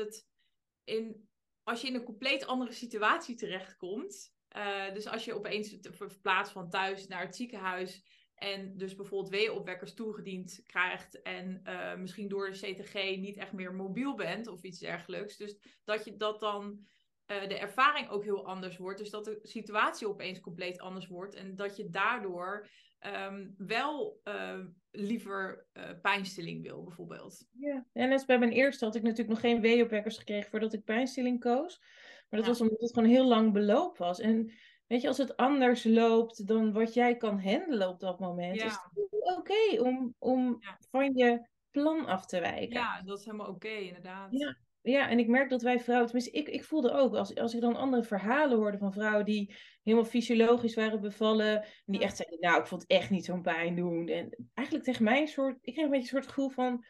als je in een compleet andere situatie terechtkomt, dus als je opeens verplaatst van thuis naar het ziekenhuis en dus bijvoorbeeld weeënopwekkers toegediend krijgt en misschien door de CTG niet echt meer mobiel bent of iets dergelijks. Dus dat dan de ervaring ook heel anders wordt. Dus dat de situatie opeens compleet anders wordt. En dat je daardoor wel liever pijnstilling wil, bijvoorbeeld.
Ja, en net als bij mijn eerste had ik natuurlijk nog geen weeopwekkers gekregen voordat ik pijnstilling koos. Maar dat was omdat het gewoon heel lang beloop was. En weet je, als het anders loopt dan wat jij kan handelen op dat moment, is het oké om van je plan af te wijken.
Ja, dat is helemaal oké, inderdaad.
Ja, en ik merk dat wij vrouwen, tenminste ik voelde ook, als ik dan andere verhalen hoorde van vrouwen die helemaal fysiologisch waren bevallen, en die echt zeiden, nou, ik vond het echt niet zo'n pijn doen. En eigenlijk tegen mij ik kreeg een beetje een soort gevoel van,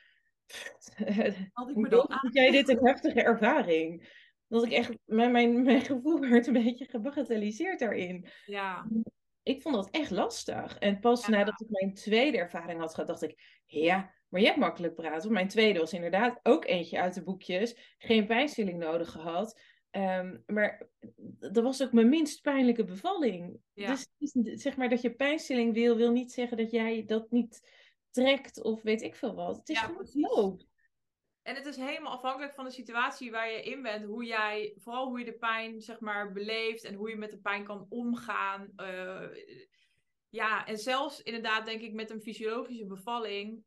Had ik
hoe
me dan
vond jij dit een heftige ervaring? Dat ik echt, mijn gevoel werd een beetje gebagatelliseerd daarin.
Ja.
Ik vond dat echt lastig. En pas nadat ik mijn tweede ervaring had gehad, dacht ik, ja, maar je hebt makkelijk praten. Want mijn tweede was inderdaad ook eentje uit de boekjes. Geen pijnstilling nodig gehad. Maar dat was ook mijn minst pijnlijke bevalling.
Ja.
Dus zeg maar dat je pijnstilling wil niet zeggen dat jij dat niet trekt of weet ik veel wat. Het is gewoon loopt.
En het is helemaal afhankelijk van de situatie waar je in bent. Vooral hoe je de pijn, zeg maar, beleeft. En hoe je met de pijn kan omgaan. En zelfs inderdaad, denk ik, met een fysiologische bevalling.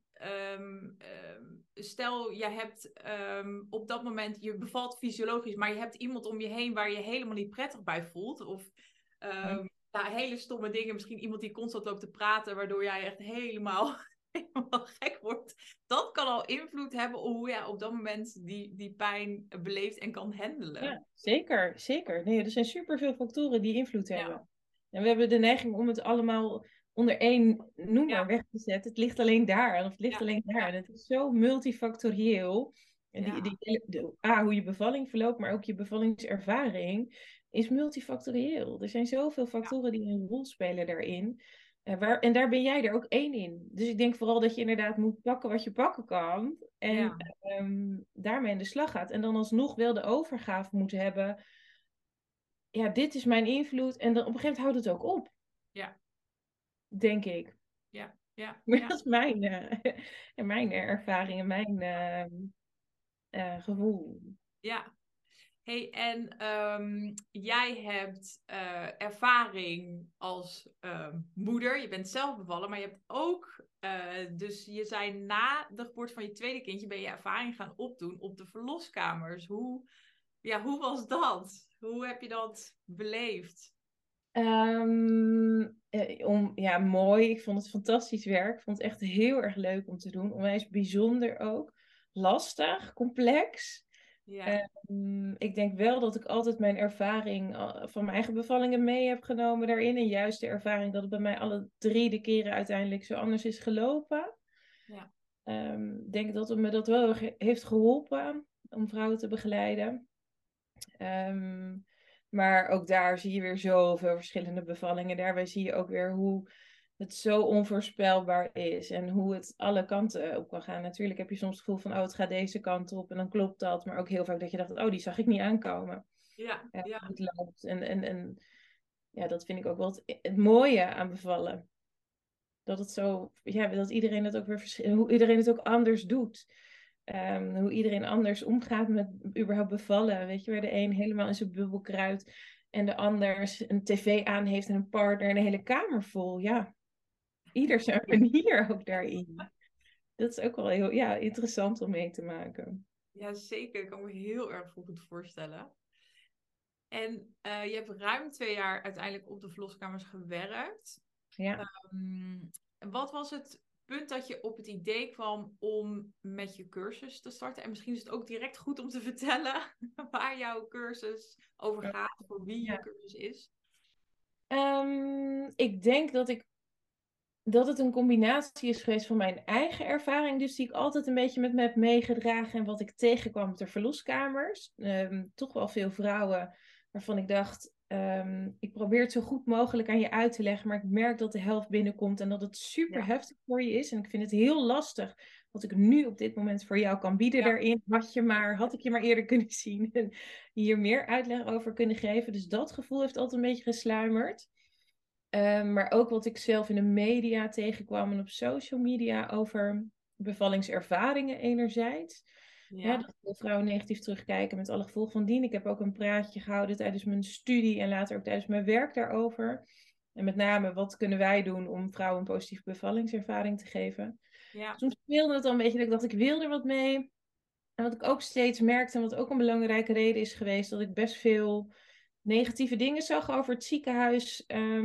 Stel, je hebt op dat moment, je bevalt fysiologisch, maar je hebt iemand om je heen waar je helemaal niet prettig bij voelt. Of hele stomme dingen. Misschien iemand die constant loopt te praten, waardoor jij echt helemaal gek wordt. Dat kan al invloed hebben op hoe jij op dat moment die pijn beleeft en kan handelen.
Ja, zeker, zeker. Nee, er zijn superveel factoren die invloed hebben. En we hebben de neiging om het allemaal onder één noemer weg te zetten. Het ligt alleen daar, of het ligt alleen daar. En het is zo multifactorieel. En hoe je bevalling verloopt, maar ook je bevallingservaring is multifactorieel. Er zijn zoveel factoren die een rol spelen daarin. En daar ben jij er ook één in. Dus ik denk vooral dat je inderdaad moet pakken wat je pakken kan. En daarmee aan de slag gaat. En dan alsnog wel de overgave moeten hebben. Ja, dit is mijn invloed. En dan op een gegeven moment houdt het ook op.
Ja.
Denk ik.
Ja.
Maar dat is mijn ervaring en mijn gevoel.
Ja. Hey, en jij hebt ervaring als moeder. Je bent zelf bevallen, maar je hebt ook... dus je zei na de geboorte van je tweede kindje ben je ervaring gaan opdoen op de verloskamers. Hoe was dat? Hoe heb je dat beleefd?
Ja, mooi. Ik vond het fantastisch werk. Ik vond het echt heel erg leuk om te doen. Onwijs bijzonder ook. Lastig, complex.
Ja,
Ik denk wel dat ik altijd mijn ervaring van mijn eigen bevallingen mee heb genomen daarin. En juist de ervaring dat het bij mij alle 3 de keren uiteindelijk zo anders is gelopen.
ja,
Ik denk dat het me dat wel heeft geholpen om vrouwen te begeleiden. Ehm, maar ook daar zie je weer zoveel verschillende bevallingen. Daarbij zie je ook weer hoe het zo onvoorspelbaar is en hoe het alle kanten op kan gaan. Natuurlijk heb je soms het gevoel van, oh, het gaat deze kant op en dan klopt dat. Maar ook heel vaak dat je dacht, oh, die zag ik niet aankomen.
ja,
Hoe
ja.
het loopt. En ja, dat vind ik ook wel het mooie aan bevallen. Dat het zo, ja, dat iedereen het ook weer hoe iedereen het ook anders doet. Hoe iedereen anders omgaat met überhaupt bevallen. Weet je, waar de een helemaal in zijn bubbel kruipt en de ander een tv aan heeft en een partner en een hele kamer vol. Ja, ieder zijn manier ook daarin. Dat is ook wel heel ja, interessant om mee te maken.
Ja, zeker. Ik kan me heel erg goed voorstellen. En je hebt ruim 2 jaar uiteindelijk op de verloskamers gewerkt.
Ja.
Um, wat was het punt dat je op het idee kwam om met je cursus te starten? En misschien is het ook direct goed om te vertellen waar jouw cursus over gaat, voor wie je
Ja.
cursus is.
Ik denk dat het een combinatie is geweest van mijn eigen ervaring, dus die ik altijd een beetje met me heb meegedragen en wat ik tegenkwam op de verloskamers. Toch wel veel vrouwen waarvan ik dacht, ik probeer het zo goed mogelijk aan je uit te leggen, maar ik merk dat de helft binnenkomt en dat het super
Ja,
heftig voor je is. En ik vind het heel lastig wat ik nu op dit moment voor jou kan bieden
ja,
daarin. Had ik je maar eerder kunnen zien en hier meer uitleg over kunnen geven. Dus dat gevoel heeft altijd een beetje gesluimerd. Maar ook wat ik zelf in de media tegenkwam en op social media over bevallingservaringen enerzijds. Ja,
ja,
dat veel vrouwen negatief terugkijken met alle gevolgen van dien. Ik heb ook een praatje gehouden tijdens mijn studie en later ook tijdens mijn werk daarover. En met name, wat kunnen wij doen om vrouwen een positieve bevallingservaring te geven?
ja,
Soms speelde het al een beetje dat ik dacht, ik wil er wat mee. En wat ik ook steeds merkte, en wat ook een belangrijke reden is geweest, dat ik best veel negatieve dingen zag over het ziekenhuis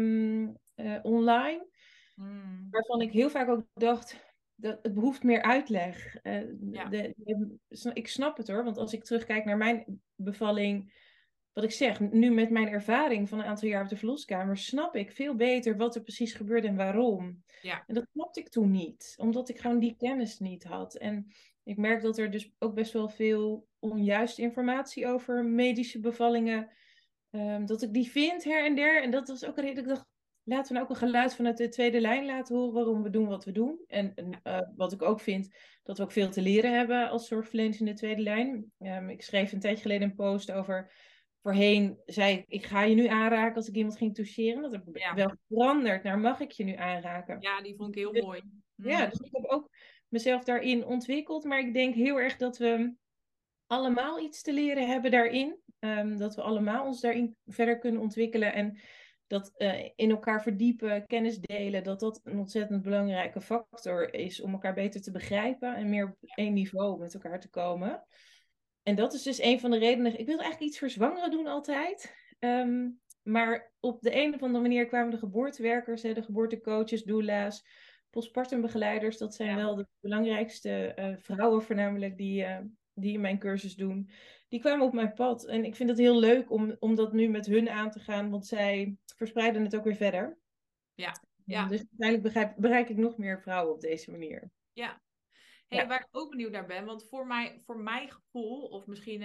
online.
mm,
Waarvan ik heel vaak ook dacht, dat het behoeft meer uitleg.
ja,
Ik snap het hoor, want als ik terugkijk naar mijn bevalling, wat ik zeg, nu met mijn ervaring van een aantal jaar op de verloskamer, snap ik veel beter wat er precies gebeurde en waarom.
ja,
En dat snapte ik toen niet, omdat ik gewoon die kennis niet had. En ik merk dat er dus ook best wel veel onjuiste informatie over medische bevallingen, dat ik die vind her en der. En dat was ook een reden dat ik dacht, laten we nou ook een geluid vanuit de tweede lijn laten horen waarom we doen wat we doen. En wat ik ook vind, dat we ook veel te leren hebben als zorgverleners in de tweede lijn. Ik schreef een tijdje geleden een post over, voorheen zei ik ga je nu aanraken als ik iemand ging toucheren. Dat heb ik
ja,
wel veranderd naar mag ik je nu aanraken.
ja, die vond ik heel
Dus,
mooi.
ja,
Mm,
dus ik heb ook mezelf daarin ontwikkeld. Maar ik denk heel erg dat we allemaal iets te leren hebben daarin. Dat we allemaal ons daarin verder kunnen ontwikkelen. En dat in elkaar verdiepen, kennis delen, dat dat een ontzettend belangrijke factor is om elkaar beter te begrijpen en meer op één niveau met elkaar te komen. En dat is dus een van de redenen. Ik wilde eigenlijk iets voor zwangeren doen altijd. Maar op de een of andere manier kwamen de geboortewerkers, de geboortecoaches, doula's, postpartumbegeleiders. Dat zijn
ja,
wel de belangrijkste vrouwen voornamelijk die in mijn cursus doen. Die kwamen op mijn pad. En ik vind het heel leuk om dat nu met hun aan te gaan, want zij verspreiden het ook weer verder.
ja, ja,
Dus uiteindelijk bereik ik nog meer vrouwen op deze manier.
ja. Hey,
Ja,
waar ik ook benieuwd naar ben, want voor mijn gevoel, of misschien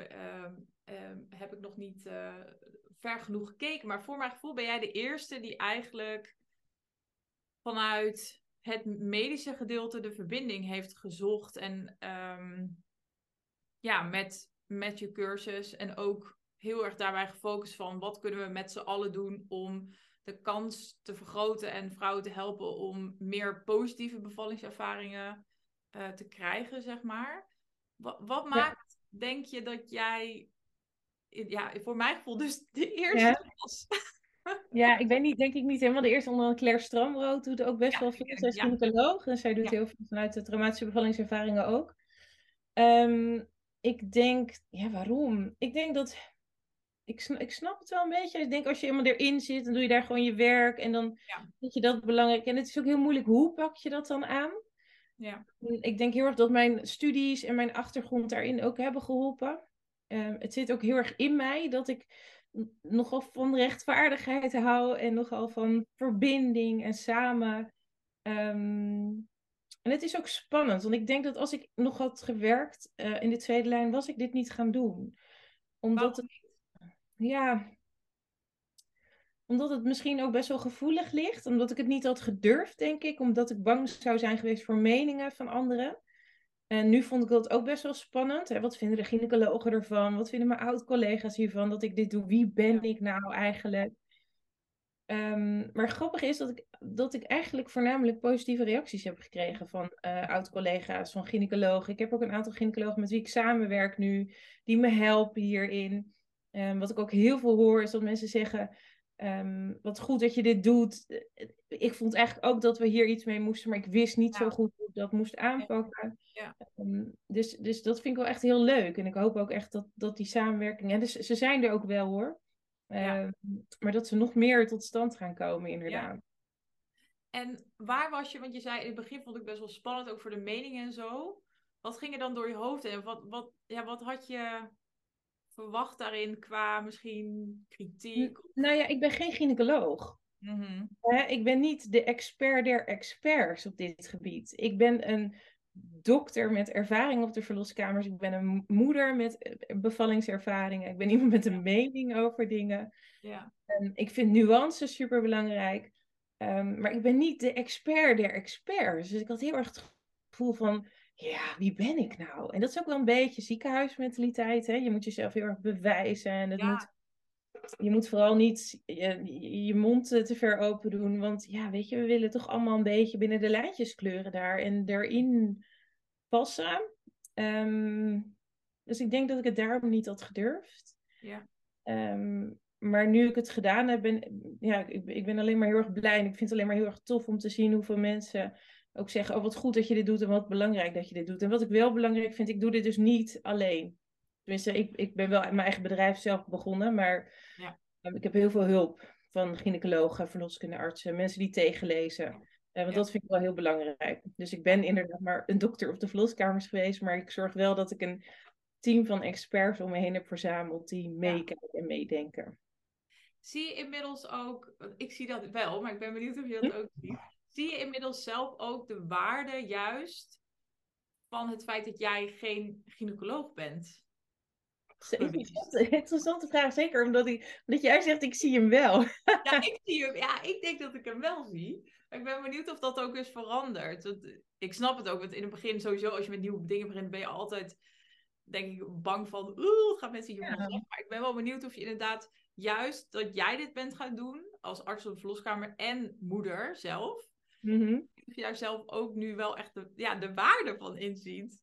heb ik nog niet ver genoeg gekeken, maar voor mijn gevoel ben jij de eerste die eigenlijk vanuit het medische gedeelte de verbinding heeft gezocht en ja, met je cursus en ook heel erg daarbij gefocust van wat kunnen we met z'n allen doen om de kans te vergroten en vrouwen te helpen om meer positieve bevallingservaringen te krijgen, zeg maar. Wat
ja,
maakt, denk je, dat jij, ja, voor mijn gevoel dus de
ja.
eerste was?
Ja, ik ben niet, denk ik niet helemaal de eerste onder Claire Stramrood doet ook best
Ja,
wel
ik
veel.
ken
Zij
hem.
is
Ja,
gynaecoloog en zij doet
ja,
heel veel vanuit de traumatische bevallingservaringen ook. Ehm, ik denk, ja, waarom? Ik denk dat ik snap het wel een beetje. Ik denk als je helemaal erin zit, dan doe je daar gewoon je werk. En dan
Ja,
vind je dat belangrijk. En het is ook heel moeilijk, hoe pak je dat dan aan?
ja.
Ik denk heel erg dat mijn studies en mijn achtergrond daarin ook hebben geholpen. Het zit ook heel erg in mij dat ik nogal van rechtvaardigheid hou en nogal van verbinding en samen. Ehm, en het is ook spannend, want ik denk dat als ik nog had gewerkt in de tweede lijn, was ik dit niet gaan doen. Omdat
Waarom
het,
niet?
ja, omdat het misschien ook best wel gevoelig ligt. Omdat ik het niet had gedurfd, denk ik. Omdat ik bang zou zijn geweest voor meningen van anderen. En nu vond ik dat ook best wel spannend. Hè? Wat vinden de gynaecologen ervan? Wat vinden mijn oud-collega's hiervan dat ik dit doe? Wie ben
Ja,
ik nou eigenlijk? Maar grappig is dat ik eigenlijk voornamelijk positieve reacties heb gekregen van oud-collega's, van gynaecologen. Ik heb ook een aantal gynaecologen met wie ik samenwerk nu, die me helpen hierin. Wat ik ook heel veel hoor, is dat mensen zeggen, wat goed dat je dit doet. Ik vond eigenlijk ook dat we hier iets mee moesten, maar ik wist niet zo
ja,
goed hoe ik dat moest
ja,
aanpakken.
ja,
Dus dat vind ik wel echt heel leuk. En ik hoop ook echt dat die samenwerking... En dus, ze zijn er ook wel hoor.
ja,
Uh, maar dat ze nog meer tot stand gaan komen,
ja.
inderdaad.
En waar was je, want je zei in het begin vond ik best wel spannend, ook voor de meningen en zo. Wat ging er dan door je hoofd heen? Wat had je verwacht daarin qua misschien kritiek?
Nou ja, ik ben geen gynaecoloog.
Mhm.
Ik ben niet de expert der experts op dit gebied. Ik ben een dokter met ervaring op de verloskamers. Ik ben een moeder met bevallingservaringen. Ik ben iemand met een
Ja,
mening over dingen.
ja,
Ik vind nuances super belangrijk. Maar ik ben niet de expert der experts. Dus ik had heel erg het gevoel van, ja, wie ben ik nou? En dat is ook wel een beetje ziekenhuismentaliteit. Hè? Je moet jezelf heel erg bewijzen. En
ja,
je moet vooral niet je mond te ver open doen. Want ja, weet je, we willen toch allemaal een beetje binnen de lijntjes kleuren daar. En erin passen. Ehm, dus ik denk dat ik het daarom niet had gedurfd.
ja,
Maar nu ik het gedaan heb, ik ben alleen maar heel erg blij. En ik vind het alleen maar heel erg tof om te zien hoeveel mensen ook zeggen: oh, wat goed dat je dit doet en wat belangrijk dat je dit doet. En wat ik wel belangrijk vind, ik doe dit dus niet alleen. Tenminste, ik ben wel mijn eigen bedrijf zelf begonnen, maar
ja,
ik heb heel veel hulp van gynaecologen, verloskundeartsen, mensen die tegenlezen. Want
ja,
dat vind ik wel heel belangrijk. Dus ik
ja,
ben inderdaad maar een dokter op de verloskamers geweest, maar ik zorg wel dat ik een team van experts om me heen heb verzameld die
ja.
meekijken en meedenken.
Zie je inmiddels ook, want ik zie dat wel, maar ik ben benieuwd of je
Hm?
dat ook ziet. Zie je inmiddels zelf ook de waarde juist van het feit dat jij geen gynaecoloog bent geweest?
Interessante vraag, zeker omdat jij zegt ik zie hem wel.
Ja, ik zie hem. Ja, ik denk dat ik hem wel zie. Maar ik ben benieuwd of dat ook is veranderd. Want ik snap het ook, want in het begin sowieso, als je met nieuwe dingen begint, ben je altijd, denk ik, bang van, gaan mensen hiervan
Ja.
zeggen. Maar ik ben wel benieuwd of je inderdaad, juist dat jij dit bent gaan doen, als arts op de verloskamer en moeder zelf,
Mhm.
of je daar zelf ook nu wel echt de waarde van inziet.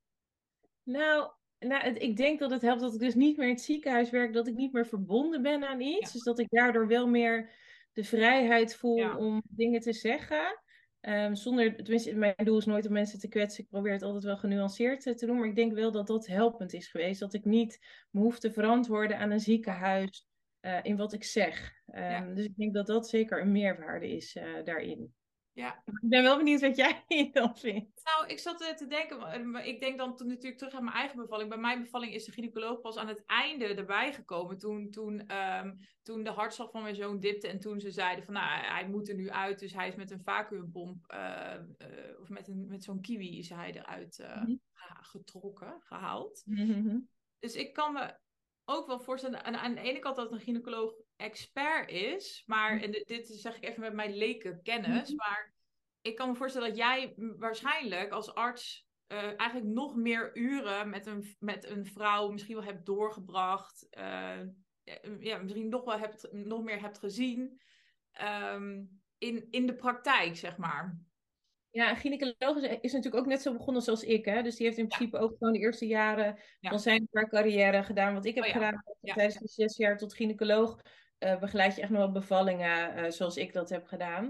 Ik denk dat het helpt dat ik dus niet meer in het ziekenhuis werk, dat ik niet meer verbonden ben aan iets.
Ja,
Dus dat ik daardoor wel meer de vrijheid voel
ja,
om dingen te zeggen. Tenminste, mijn doel is nooit om mensen te kwetsen. Ik probeer het altijd wel genuanceerd te doen. Maar ik denk wel dat dat helpend is geweest. Dat ik niet me hoef te verantwoorden aan een ziekenhuis in wat ik zeg.
ja,
Dus ik denk dat dat zeker een meerwaarde is daarin.
ja.
Ik ben wel benieuwd wat jij hiervan vindt.
Nou, ik zat te denken, maar ik denk dan natuurlijk terug aan mijn eigen bevalling. Bij mijn bevalling is de gynaecoloog pas aan het einde erbij gekomen. Toen de hartslag van mijn zoon dipte en toen ze zeiden van, nou, hij moet er nu uit. Dus hij is met een vacuümpomp, of met zo'n kiwi is hij eruit getrokken, gehaald.
Mhm.
Dus ik kan me ook wel voorstellen, aan de ene kant dat een gynaecoloog expert is. Maar, en dit zeg ik even met mijn leken kennis,
Mhm.
maar ik kan me voorstellen dat jij waarschijnlijk als arts eigenlijk nog meer uren met een vrouw misschien wel hebt doorgebracht. Ja, misschien nog meer hebt gezien in de praktijk, zeg maar.
Ja, een gynaecoloog is natuurlijk ook net zo begonnen zoals ik. Hè? Dus die heeft in
Ja,
principe ook gewoon de eerste jaren van
ja,
zijn carrière gedaan. Wat ik heb
oh ja,
gedaan
ja,
tijdens die 6 jaar tot gynaecoloog, begeleid je echt nog wel bevallingen zoals ik dat heb gedaan.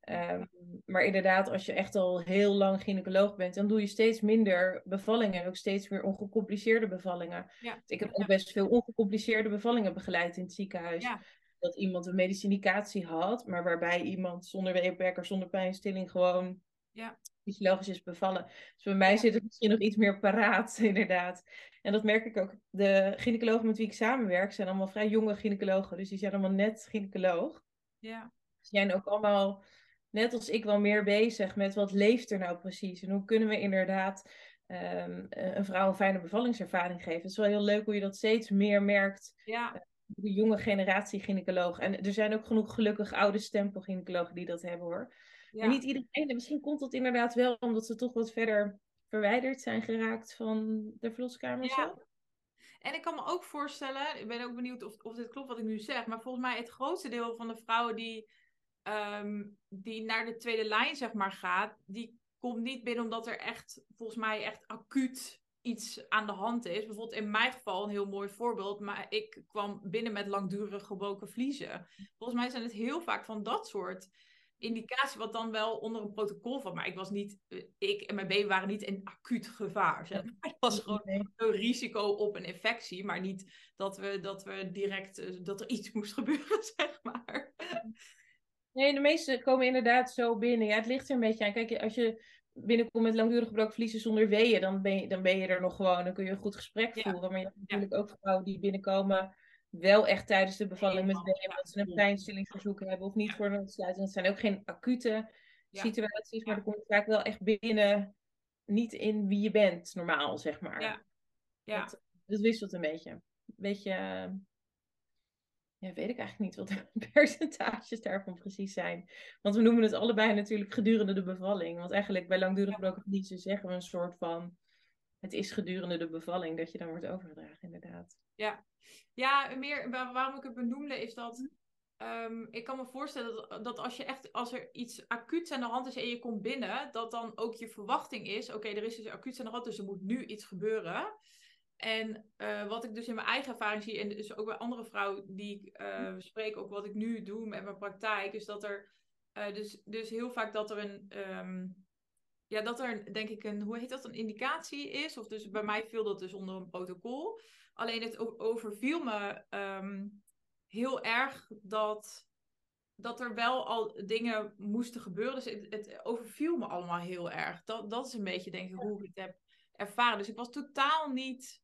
Maar inderdaad, als je echt al heel lang gynaecoloog bent, dan doe je steeds minder bevallingen en ook steeds meer ongecompliceerde bevallingen.
Ja,
Ik heb ook best veel ongecompliceerde bevallingen begeleid in het ziekenhuis.
ja,
Dat iemand een medische indicatie had, maar waarbij iemand zonder weeënwekker, zonder pijnstilling gewoon
ja,
fysiologisch is bevallen. Dus bij mij
ja,
zit het misschien nog iets meer paraat, inderdaad. En dat merk ik ook. De gynaecologen met wie ik samenwerk zijn allemaal vrij jonge gynaecologen. Dus die zijn allemaal net gynaecoloog.
ja,
Ze zijn ook allemaal, net als ik, wel meer bezig met wat leeft er nou precies. En hoe kunnen we inderdaad een vrouw een fijne bevallingservaring geven. Het is wel heel leuk hoe je dat steeds meer merkt.
ja,
De jonge generatie gynaecoloog. En er zijn ook genoeg gelukkig oude stempelgynaecologen die dat hebben hoor. Maar
ja,
niet iedereen. En misschien komt dat inderdaad wel omdat ze toch wat verder verwijderd zijn geraakt van de verloskamer
ja.
zelf.
En ik kan me ook voorstellen, ik ben ook benieuwd of dit klopt wat ik nu zeg, maar volgens mij het grootste deel van de vrouwen die naar de tweede lijn zeg maar gaat, die komt niet binnen omdat er echt, volgens mij echt acuut iets aan de hand is. Bijvoorbeeld in mijn geval een heel mooi voorbeeld, maar ik kwam binnen met langdurig gebroken vliezen. Volgens mij zijn het heel vaak van dat soort indicatie, wat dan wel onder een protocol van. Maar ik was niet, ik en mijn been waren niet in acuut gevaar. Zeg maar. Het was gewoon
Nee.
een risico op een infectie, maar niet dat we direct, dat er iets moest gebeuren, zeg maar.
Nee, de meeste komen inderdaad zo binnen. Ja, het ligt er een beetje aan. Kijk, als je binnenkomt met langdurig gebroken vliezen zonder weeën, dan ben je er nog gewoon. Dan kun je een goed gesprek
Ja,
voeren. Maar je hebt
ja.
natuurlijk ook vrouwen die binnenkomen wel echt tijdens de bevalling met
Helemaal.
weeën,
Ja,
omdat ze een pijnstillingsverzoek hebben of niet
ja,
voor een ontsluiting. Dat zijn ook geen acute
ja,
situaties, maar
ja,
dan kom je vaak wel echt binnen, niet in wie je bent, normaal, zeg maar.
ja, ja.
Dat wisselt een beetje. Een beetje, ja, weet ik eigenlijk niet wat de percentages daarvan precies zijn. Want we noemen het allebei natuurlijk gedurende de bevalling. Want eigenlijk bij langdurig gebroken vliezen zeggen we een soort van, het is gedurende de bevalling dat je dan wordt overgedragen, inderdaad.
Ja, ja meer, waarom ik het benoemde is dat ik kan me voorstellen dat als er iets acuuts aan de hand is en je komt binnen, dat dan ook je verwachting is, oké, er is iets acuuts aan de hand, dus er moet nu iets gebeuren. En wat ik dus in mijn eigen ervaring zie, en dus ook bij andere vrouwen die ik spreek, ook wat ik nu doe met mijn praktijk, is dat er dus heel vaak dat er ja, dat er denk ik hoe heet dat, een indicatie is. Of dus bij mij viel dat dus onder een protocol. Alleen het overviel me heel erg dat er wel al dingen moesten gebeuren. Dus het overviel me allemaal heel erg. Dat is een beetje denk ik hoe ik het heb ervaren. Dus ik was totaal niet...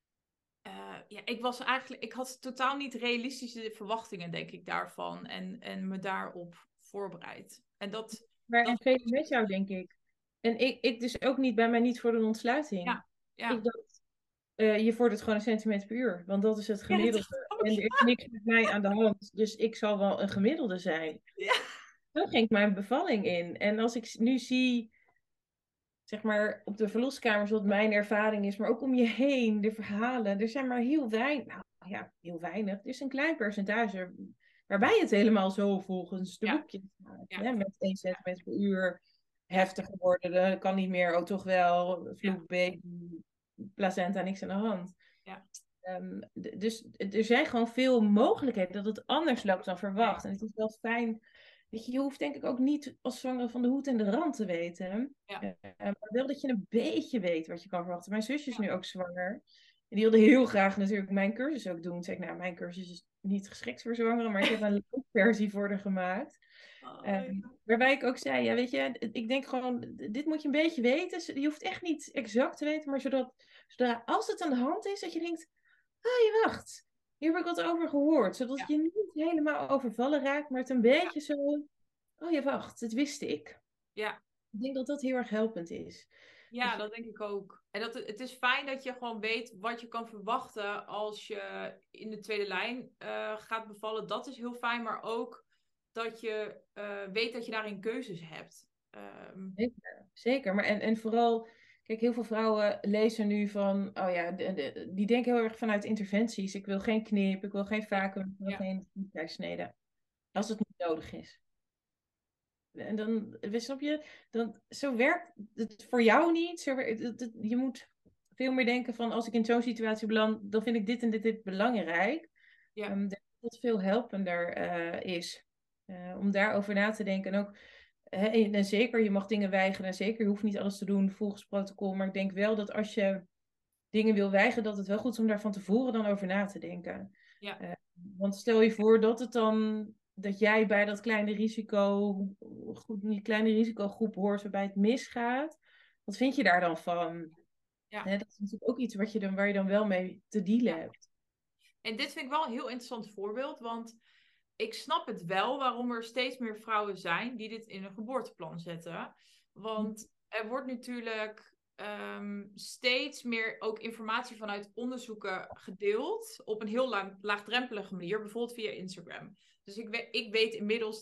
ja, ik had totaal niet realistische verwachtingen, denk ik, daarvan. En me daarop voorbereid. En
Maar en
dat
velen met jou, denk ik. En ik dus ook niet bij mij niet voor een ontsluiting.
ja, ja.
Ik dacht, je vordert gewoon een centimeter per uur. Want dat is het
Ja, dat is
gemiddelde.
ook.
En er is niks met mij aan de hand. Dus ik zal wel een gemiddelde zijn.
Ja,
Zo ging mijn bevalling in. En als ik nu zie, zeg maar, op de verloskamers wat mijn ervaring is, maar ook om je heen, de verhalen, er zijn maar heel weinig, nou ja, heel weinig. Er is een klein percentage waarbij het helemaal zo volgens de
ja,
boekjes gaat.
ja,
Hè? Met 1 centimeter per uur, heftiger worden, dat kan niet meer, oh toch wel,
ja,
vloedbaby, placenta, niks aan de hand.
ja.
Dus er zijn gewoon veel mogelijkheden dat het anders loopt dan
Nee,
verwacht. En het is wel fijn. Weet je hoeft denk ik ook niet als zwangere van de hoed en de rand te weten.
ja,
Maar wel dat je een beetje weet wat je kan verwachten. Mijn zusje is
ja.
nu ook zwanger. En die wilde heel graag natuurlijk mijn cursus ook doen. Toen zei ik, nou, mijn cursus is niet geschikt voor zwangeren, maar ik heb een versie voor haar gemaakt.
Oh, ja.
Waarbij ik ook zei, ja, weet je, ik denk gewoon, dit moet je een beetje weten. Je hoeft echt niet exact te weten, maar zodra als het aan de hand is, dat je denkt, ah, je wacht. Hier heb ik wat over gehoord. Zodat
Ja,
je niet helemaal overvallen raakt, maar het een beetje zo, oh, je wacht, het wist ik.
ja,
Ik denk dat dat heel erg helpend is. Dat
ja,
je,
dat denk ik ook. En het is fijn dat je gewoon weet wat je kan verwachten als je in de tweede lijn gaat bevallen. Dat is heel fijn, maar ook dat je weet dat je daarin keuzes hebt.
zeker, zeker. Maar en vooral, kijk, heel veel vrouwen lezen nu van, oh ja, die denken heel erg vanuit interventies. Ik wil geen knip, ik wil geen
ja,
vacuüm, ik wil
ja,
geen keizersnede. Als het niet nodig is. En dan, snap je, zo werkt het voor jou niet. Je moet veel meer denken van, als ik in zo'n situatie beland, dan vind ik dit en dit belangrijk.
ja,
Ik denk dat het veel helpender is om daarover na te denken. En ook En zeker, je mag dingen weigeren. En zeker, je hoeft niet alles te doen volgens protocol. Maar ik denk wel dat als je dingen wil weigeren, dat het wel goed is om daar van tevoren dan over na te denken.
Ja,
Want stel je voor dat het dan, dat jij bij dat kleine die kleine risicogroep hoort waarbij het misgaat. Wat vind je daar dan van?
ja,
Dat is natuurlijk ook iets waar je dan wel mee te dealen
ja.
hebt.
En dit vind ik wel een heel interessant voorbeeld, want ik snap het wel waarom er steeds meer vrouwen zijn die dit in een geboorteplan zetten. Want er wordt natuurlijk steeds meer ook informatie vanuit onderzoeken gedeeld op een heel laagdrempelige manier, bijvoorbeeld via Instagram. Dus ik weet inmiddels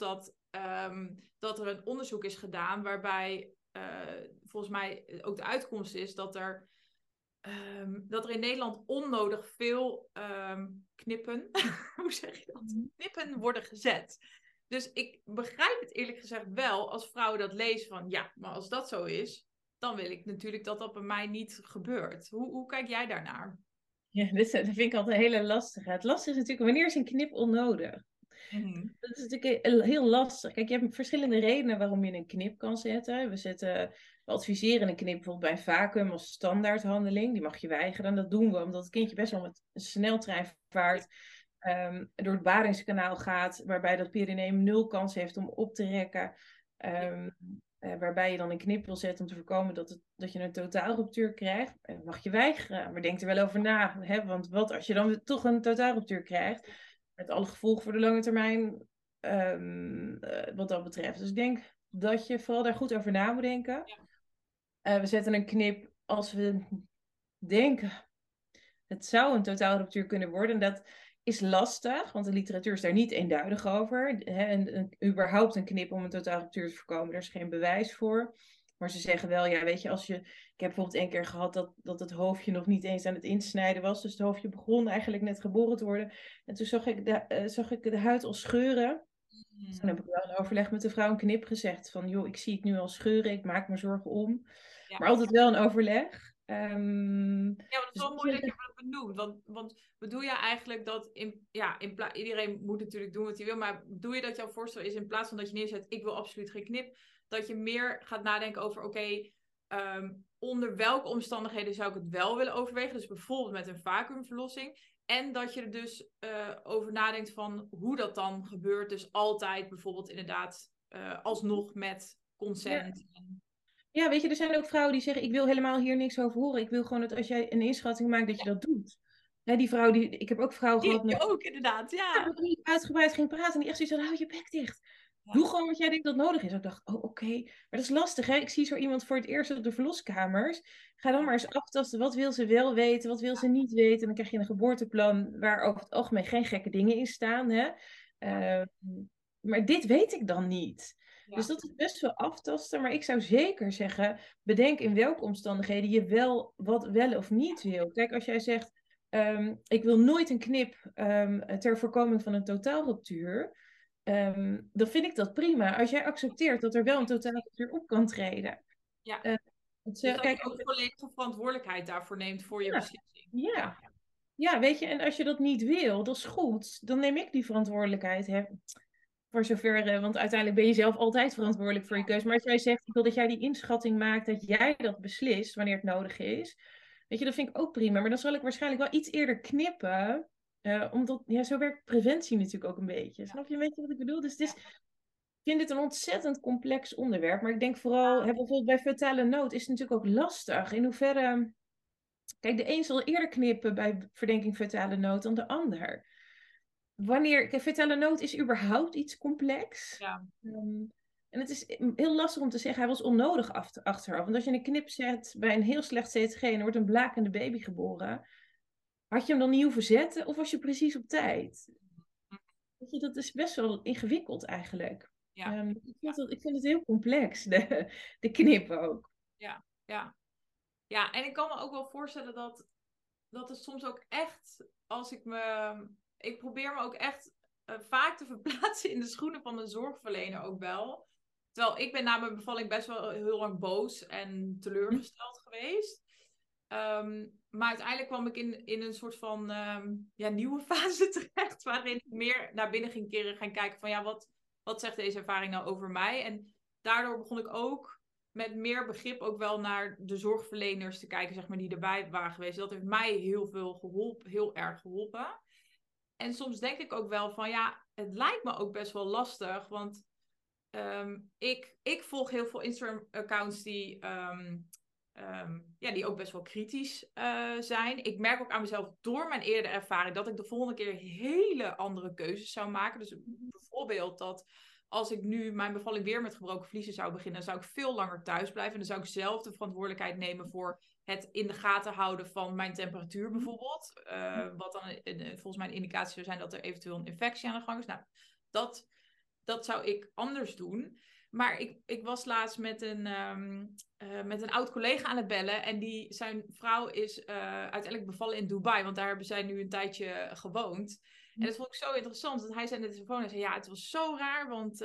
dat er een onderzoek is gedaan waarbij volgens mij ook de uitkomst is dat er in Nederland onnodig veel knippen, hoe zeg je dat? Knippen worden gezet. Dus ik begrijp het eerlijk gezegd wel als vrouwen dat lezen van ja, maar als dat zo is, dan wil ik natuurlijk dat dat bij mij niet gebeurt. Hoe kijk jij daarnaar?
Ja, dat vind ik altijd een hele lastige. Het lastige is natuurlijk, wanneer is een knip onnodig?
Mhm.
Dat is natuurlijk heel lastig. Kijk, je hebt verschillende redenen waarom je een knip kan zetten. We adviseren een knip bijvoorbeeld bij een vacuüm als standaardhandeling. Die mag je weigeren. En dat doen we omdat het kindje best wel met een sneltreinvaart door het baringskanaal gaat. Waarbij dat perineum nul kans heeft om op te rekken. Ehm, waarbij je dan een knip wil zetten om te voorkomen dat je een totaalruptuur krijgt. Mag je weigeren. Maar denk er wel over na. Hè? Want wat als je dan toch een totaalruptuur krijgt? Met alle gevolgen voor de lange termijn, wat dat betreft. Dus ik denk dat je vooral daar goed over na moet denken.
Ja.
We zetten een knip als we denken, het zou een totaalruptuur kunnen worden. En dat is lastig, want de literatuur is daar niet eenduidig over. Überhaupt een knip om een totaalruptuur te voorkomen, daar is geen bewijs voor. Maar ze zeggen wel, ja, weet je, ik heb bijvoorbeeld één keer gehad dat het hoofdje nog niet eens aan het insnijden was. Dus het hoofdje begon eigenlijk net geboren te worden. En toen zag ik de huid al scheuren. Toen heb
Mhm.
ik wel in overleg met de vrouw een knip gezegd van, joh, ik zie het nu al scheuren, ik maak me zorgen om.
Ja.
Maar altijd wel een overleg.
Ja, maar het is
Dus
wel mooi dat je dat benoemt. Want bedoel je eigenlijk dat iedereen moet natuurlijk doen wat hij wil, maar bedoel je dat jouw voorstel is in plaats van dat je neerzet, ik wil absoluut geen knip, dat je meer gaat nadenken over, oké, onder welke omstandigheden zou ik het wel willen overwegen? Dus bijvoorbeeld met een vacuümverlossing. En dat je er dus over nadenkt van hoe dat dan gebeurt. Dus altijd bijvoorbeeld inderdaad alsnog met
ja,
consent.
ja, weet je, er zijn ook vrouwen die zeggen, ik wil helemaal hier niks over horen. Ik wil gewoon dat als jij een inschatting maakt, dat je dat doet. Hè, ik heb ook vrouwen
Die heb
gehad met,
je ook inderdaad,
ja,
ja.
met wie ik uitgebreid ging praten. En die echt zoiets van, hou je bek dicht.
Ja,
Doe gewoon wat jij denkt dat nodig is. Ik dacht, oh, oké. Maar dat is lastig, hè. Ik zie zo iemand voor het eerst op de verloskamers. Ga dan
ja,
maar eens aftasten. Wat wil ze wel weten? Wat wil ze niet weten? En dan krijg je een geboorteplan waar over het algemeen geen gekke dingen in staan, hè.
ja,
Eh, maar dit weet ik dan niet. Dus
ja.
dat is best wel aftasten. Maar ik zou zeker zeggen, bedenk in welke omstandigheden je wat wel of niet wil. Kijk, als jij zegt, ik wil nooit een knip ter voorkoming van een totaalruptuur. Dan vind ik dat prima. Als jij accepteert dat er wel een totaalruptuur op kan treden.
Ja.
Eh,
Dus dat je
Kijk,
ook volledige verantwoordelijkheid daarvoor neemt voor je
ja,
beslissing.
ja,
Ja,
ja, weet je, en als je dat niet wil, dat is goed. Dan neem ik die verantwoordelijkheid. Hè, voor zover, want uiteindelijk ben je zelf altijd verantwoordelijk voor je keuze. Maar als jij zegt, ik wil dat jij die inschatting maakt, dat jij dat beslist wanneer het nodig is. Weet je, dat vind ik ook prima. Maar dan zal ik waarschijnlijk wel iets eerder knippen. Omdat, ja, zo werkt preventie natuurlijk ook een beetje. Snap je een beetje wat ik bedoel? Dus ik vind dit een ontzettend complex onderwerp. Maar ik denk vooral, hè, bijvoorbeeld bij fetale nood is het natuurlijk ook lastig. In hoeverre, kijk, de een zal eerder knippen bij verdenking fetale nood dan de ander. Kijk, fetale nood is überhaupt iets complex.
ja,
En het is heel lastig om te zeggen, hij was onnodig achteraf. Want als je een knip zet bij een heel slecht CTG en er wordt een blakende baby geboren, had je hem dan niet hoeven zetten of was je precies op tijd? Weet je, dat is best wel ingewikkeld eigenlijk.
ja,
Ik vind het heel complex, de knip ook.
ja, ja. Ja, en ik kan me ook wel voorstellen dat het soms ook echt, als ik me. Ik probeer me ook echt vaak te verplaatsen in de schoenen van een zorgverlener ook wel. Terwijl ik ben na mijn bevalling best wel heel lang boos en
Hm?
teleurgesteld geweest. Maar uiteindelijk kwam ik in een soort van nieuwe fase terecht, waarin ik meer naar binnen ging keren, gaan kijken van ja, wat zegt deze ervaring nou over mij? En daardoor begon ik ook met meer begrip ook wel naar de zorgverleners te kijken, zeg maar, die erbij waren geweest. Dat heeft mij heel veel geholpen, heel erg geholpen. En soms denk ik ook wel van, ja, het lijkt me ook best wel lastig, want ik volg heel veel Instagram-accounts die ook best wel kritisch zijn. Ik merk ook aan mezelf door mijn eerdere ervaring dat ik de volgende keer hele andere keuzes zou maken. Dus bijvoorbeeld dat als ik nu mijn bevalling weer met gebroken vliezen zou beginnen, dan zou ik veel langer thuis blijven. En dan zou ik zelf de verantwoordelijkheid nemen voor het in de gaten houden van mijn temperatuur bijvoorbeeld. Wat dan volgens mij een indicatie zou zijn dat er eventueel een infectie aan de gang is. Nou, dat zou ik anders doen. Maar ik was laatst met een oud collega aan het bellen. En zijn vrouw is uiteindelijk bevallen in Dubai. Want daar hebben zij nu een tijdje gewoond. En dat vond ik zo interessant. Want hij zei net de telefoon. Hij zei, ja, het was zo raar. Want...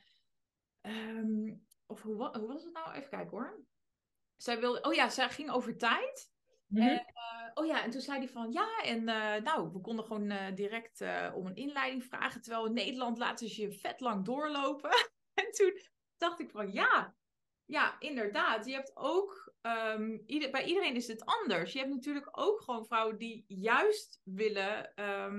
of hoe was het nou? Even kijken hoor. Zij ging over tijd.
Mhm.
En toen zei hij van ja, en nou, we konden gewoon direct om een inleiding vragen. Terwijl in Nederland laten ze je vet lang doorlopen. En toen dacht ik van ja, inderdaad. Je hebt ook, bij iedereen is het anders. Je hebt natuurlijk ook gewoon vrouwen die juist willen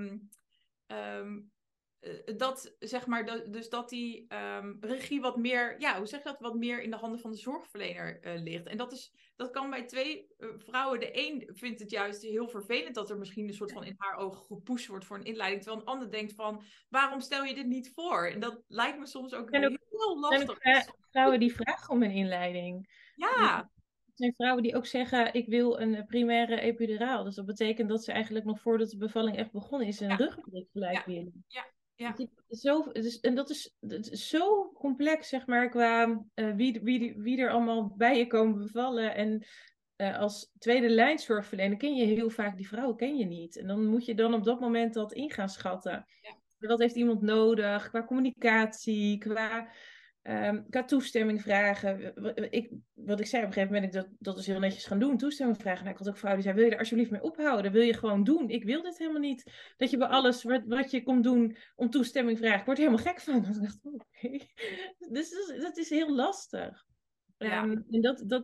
dat, zeg maar, dus dat die regie wat meer, ja, hoe zeg je dat, wat meer in de handen van de zorgverlener ligt. En dat kan bij twee vrouwen. De een vindt het juist heel vervelend dat er misschien een soort van in haar ogen gepusht wordt voor een inleiding. Terwijl een ander denkt van, waarom stel je dit niet voor? En dat lijkt me soms ook
En ook,
heel
en ook
lastig.
vrouwen die vragen om een inleiding.
Ja,
Er zijn vrouwen die ook zeggen, ik wil een primaire epiduraal. Dus dat betekent dat ze eigenlijk nog voordat de bevalling echt begonnen is, een
ja,
ruggenprik gelijk
ja,
willen.
ja, ja,
En dat is zo complex, zeg maar, qua wie er allemaal bij je komen bevallen. En als tweede lijnszorgverlener ken je heel vaak die vrouwen ken je niet. En dan moet je dan op dat moment dat in gaan schatten.
ja,
Wat heeft iemand nodig qua communicatie, qua toestemming vragen. Wat ik zei op een gegeven moment, ben ik dat is heel netjes gaan doen. Toestemming vragen. Nou, ik had ook vrouwen die zeiden, wil je er alsjeblieft mee ophouden? Dat wil je gewoon doen. Ik wil dit helemaal niet. Dat je bij alles wat je komt doen om toestemming vraagt. Ik word er helemaal gek van. Dan dacht ik, oké. Dus dat is heel lastig.
ja,
En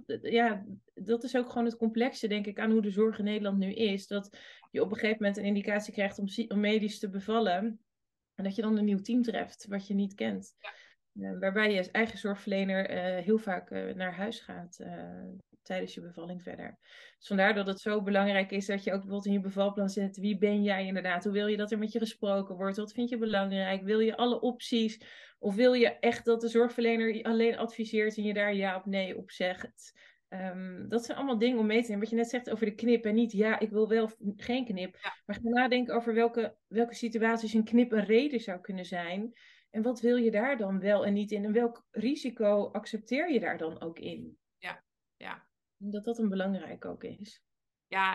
dat is ook gewoon het complexe, denk ik, aan hoe de zorg in Nederland nu is. Dat je op een gegeven moment een indicatie krijgt om medisch te bevallen. En dat je dan een nieuw team treft, wat je niet kent. Waarbij je als eigen zorgverlener heel vaak naar huis gaat tijdens je bevalling verder. Dus vandaar dat het zo belangrijk is dat je ook bijvoorbeeld in je bevalplan zet. Wie ben jij inderdaad? Hoe wil je dat er met je gesproken wordt? Wat vind je belangrijk? Wil je alle opties? Of wil je echt dat de zorgverlener je alleen adviseert en je daar ja of nee op zegt? Dat zijn allemaal dingen om mee te nemen. Wat je net zegt over de knip en niet ja, ik wil wel geen knip.
ja.
Maar ga nadenken over welke situaties een knip een reden zou kunnen zijn. En wat wil je daar dan wel en niet in? En welk risico accepteer je daar dan ook in?
Ja, ja.
Dat dat een belangrijk ook is.
Ja,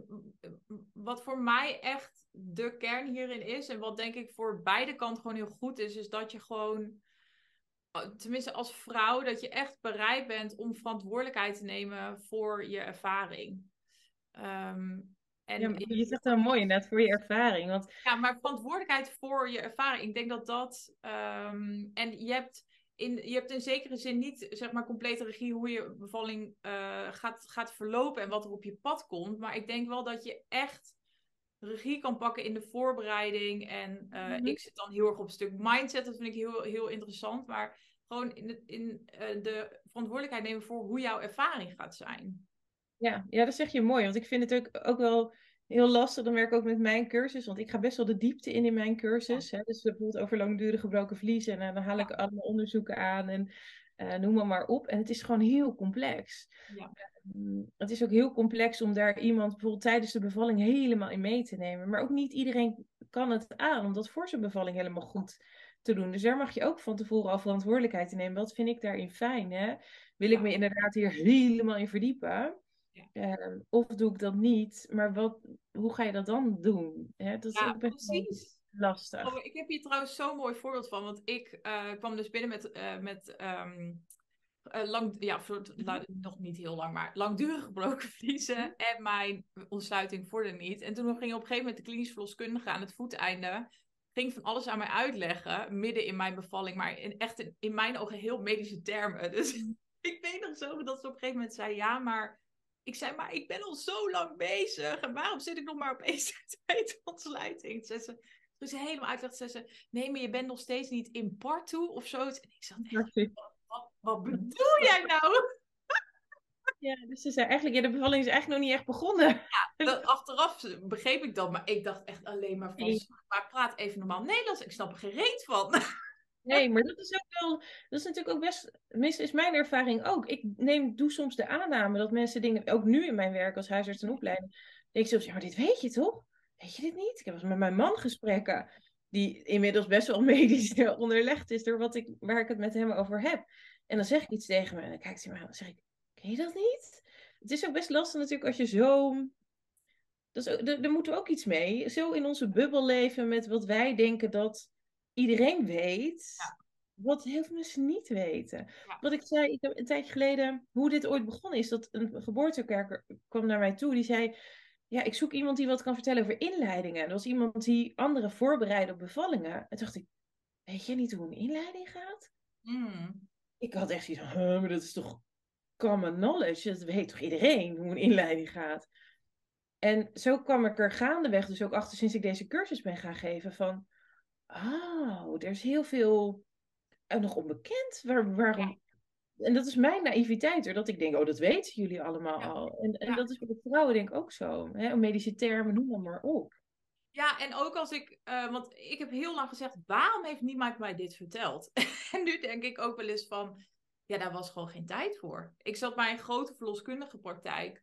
wat voor mij echt de kern hierin is, en wat denk ik voor beide kanten gewoon heel goed is dat je gewoon, tenminste als vrouw, dat je echt bereid bent om verantwoordelijkheid te nemen voor je ervaring. Ehm,
Ja,
en
je zegt wel mooi inderdaad voor je ervaring. Want
ja, maar verantwoordelijkheid voor je ervaring. Ik denk dat. En je hebt in zekere zin niet, zeg maar, complete regie hoe je bevalling gaat verlopen en wat er op je pad komt. Maar ik denk wel dat je echt regie kan pakken in de voorbereiding. En
Mhm.
ik zit dan heel erg op een stuk mindset. Dat vind ik heel, heel interessant. Maar gewoon de verantwoordelijkheid nemen voor hoe jouw ervaring gaat zijn.
Ja, dat zeg je mooi. Want ik vind het ook wel heel lastig. Dan werk ik ook met mijn cursus. Want ik ga best wel de diepte in mijn cursus. Hè. Dus bijvoorbeeld over langdurige gebroken vliezen. En dan haal ik
Ja,
allemaal onderzoeken aan. En noem maar op. En het is gewoon heel complex.
ja,
Het is ook heel complex om daar iemand bijvoorbeeld tijdens de bevalling helemaal in mee te nemen. Maar ook niet iedereen kan het aan om dat voor zijn bevalling helemaal goed te doen. Dus daar mag je ook van tevoren al verantwoordelijkheid in nemen. Wat vind ik daarin fijn? Hè? Wil ik
ja,
me inderdaad hier helemaal in verdiepen?
ja.
Of doe ik dat niet? Maar hoe ga je dat dan doen? Hè? Dat is
Ja,
ook best wel
precies.
lastig.
Oh, ik heb hier trouwens zo'n mooi voorbeeld van. Want ik kwam dus binnen met nog niet heel lang, maar langdurig gebroken vliezen. En mijn ontsluiting vorderde niet. En toen ging op een gegeven moment de klinisch verloskundige aan het voeteinde ging van alles aan mij uitleggen, midden in mijn bevalling, maar in mijn ogen heel medische termen. Dus ik weet nog zo dat ze op een gegeven moment zei, ja, maar ik zei, maar ik ben al zo lang bezig en waarom zit ik nog maar op ontsluiting? Toen ze helemaal uitlegde, zei ze, nee, maar je bent nog steeds niet in part toe of zo. En ik zat echt, wat bedoel jij nou?
Ja, dus ze zei eigenlijk, de bevalling is eigenlijk nog niet echt begonnen.
Achteraf begreep ik dat, maar ik dacht echt alleen maar van, maar praat even normaal Nederlands, ik snap er geen reet van.
Nee, maar dat is ook wel, dat is natuurlijk ook best, tenminste is mijn ervaring ook. Ik doe soms de aanname dat mensen dingen, ook nu in mijn werk als huisarts en opleiding, denk ik soms, ja, maar dit weet je toch? Weet je dit niet? Ik heb eens met mijn man gesprekken, die inmiddels best wel medisch onderlegd is door waar ik het met hem over heb. En dan zeg ik iets tegen me en dan kijkt hij me aan en dan zeg ik, ken je dat niet? Het is ook best lastig natuurlijk als je zo, daar moeten we ook iets mee, zo in onze bubbel leven met wat wij denken dat iedereen weet,
Ja,
wat heel veel mensen niet weten.
ja.
Wat ik zei, ik heb een tijdje geleden, hoe dit ooit begonnen is, dat een geboortekerker kwam naar mij toe, die zei, ja, ik zoek iemand die wat kan vertellen over inleidingen. Er was iemand die anderen voorbereidde op bevallingen. En toen dacht ik, weet je niet hoe een inleiding gaat?
Mm.
Ik had echt zoiets van, maar dat is toch common knowledge? Dat weet toch iedereen hoe een inleiding gaat? En zo kwam ik er gaandeweg dus ook achter sinds ik deze cursus ben gaan geven van, oh, er is heel veel nog onbekend. Waarom? En dat is mijn naïviteit, hoor, dat ik denk, oh, dat weten jullie allemaal
Ja.
al. En
Ja.
dat is bij de vrouwen denk ik ook zo. Hè? Medische termen, noem maar op.
Ja, en ook als ik, want ik heb heel lang gezegd, waarom heeft niemand mij dit verteld? En nu denk ik ook wel eens van, ja, daar was gewoon geen tijd voor. Ik zat bij een grote verloskundige praktijk.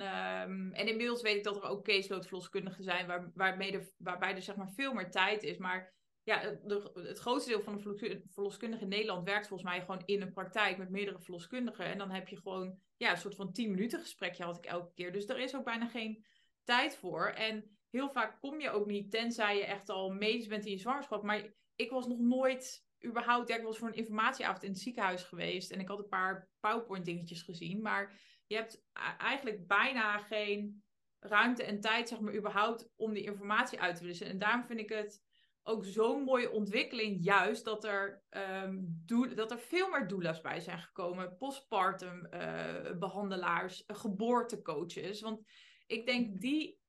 En inmiddels weet ik dat er ook caseload verloskundigen zijn, waarbij er zeg maar veel meer tijd is. Maar ja, het grootste deel van de verloskundigen in Nederland werkt volgens mij gewoon in een praktijk met meerdere verloskundigen. En dan heb je gewoon ja, een soort van 10 minuten gesprekje had ik elke keer. Dus er is ook bijna geen tijd voor. En heel vaak kom je ook niet, tenzij je echt al medisch bent in je zwangerschap. Maar ik was nog nooit überhaupt, ja, ik was voor een informatieavond in het ziekenhuis geweest. En ik had een paar PowerPoint dingetjes gezien. Maar je hebt eigenlijk bijna geen ruimte en tijd, zeg maar, überhaupt om die informatie uit te wisselen. En daarom vind ik het ook zo'n mooie ontwikkeling, juist dat er veel meer doula's bij zijn gekomen. Postpartum behandelaars, geboortecoaches. Want ik denk,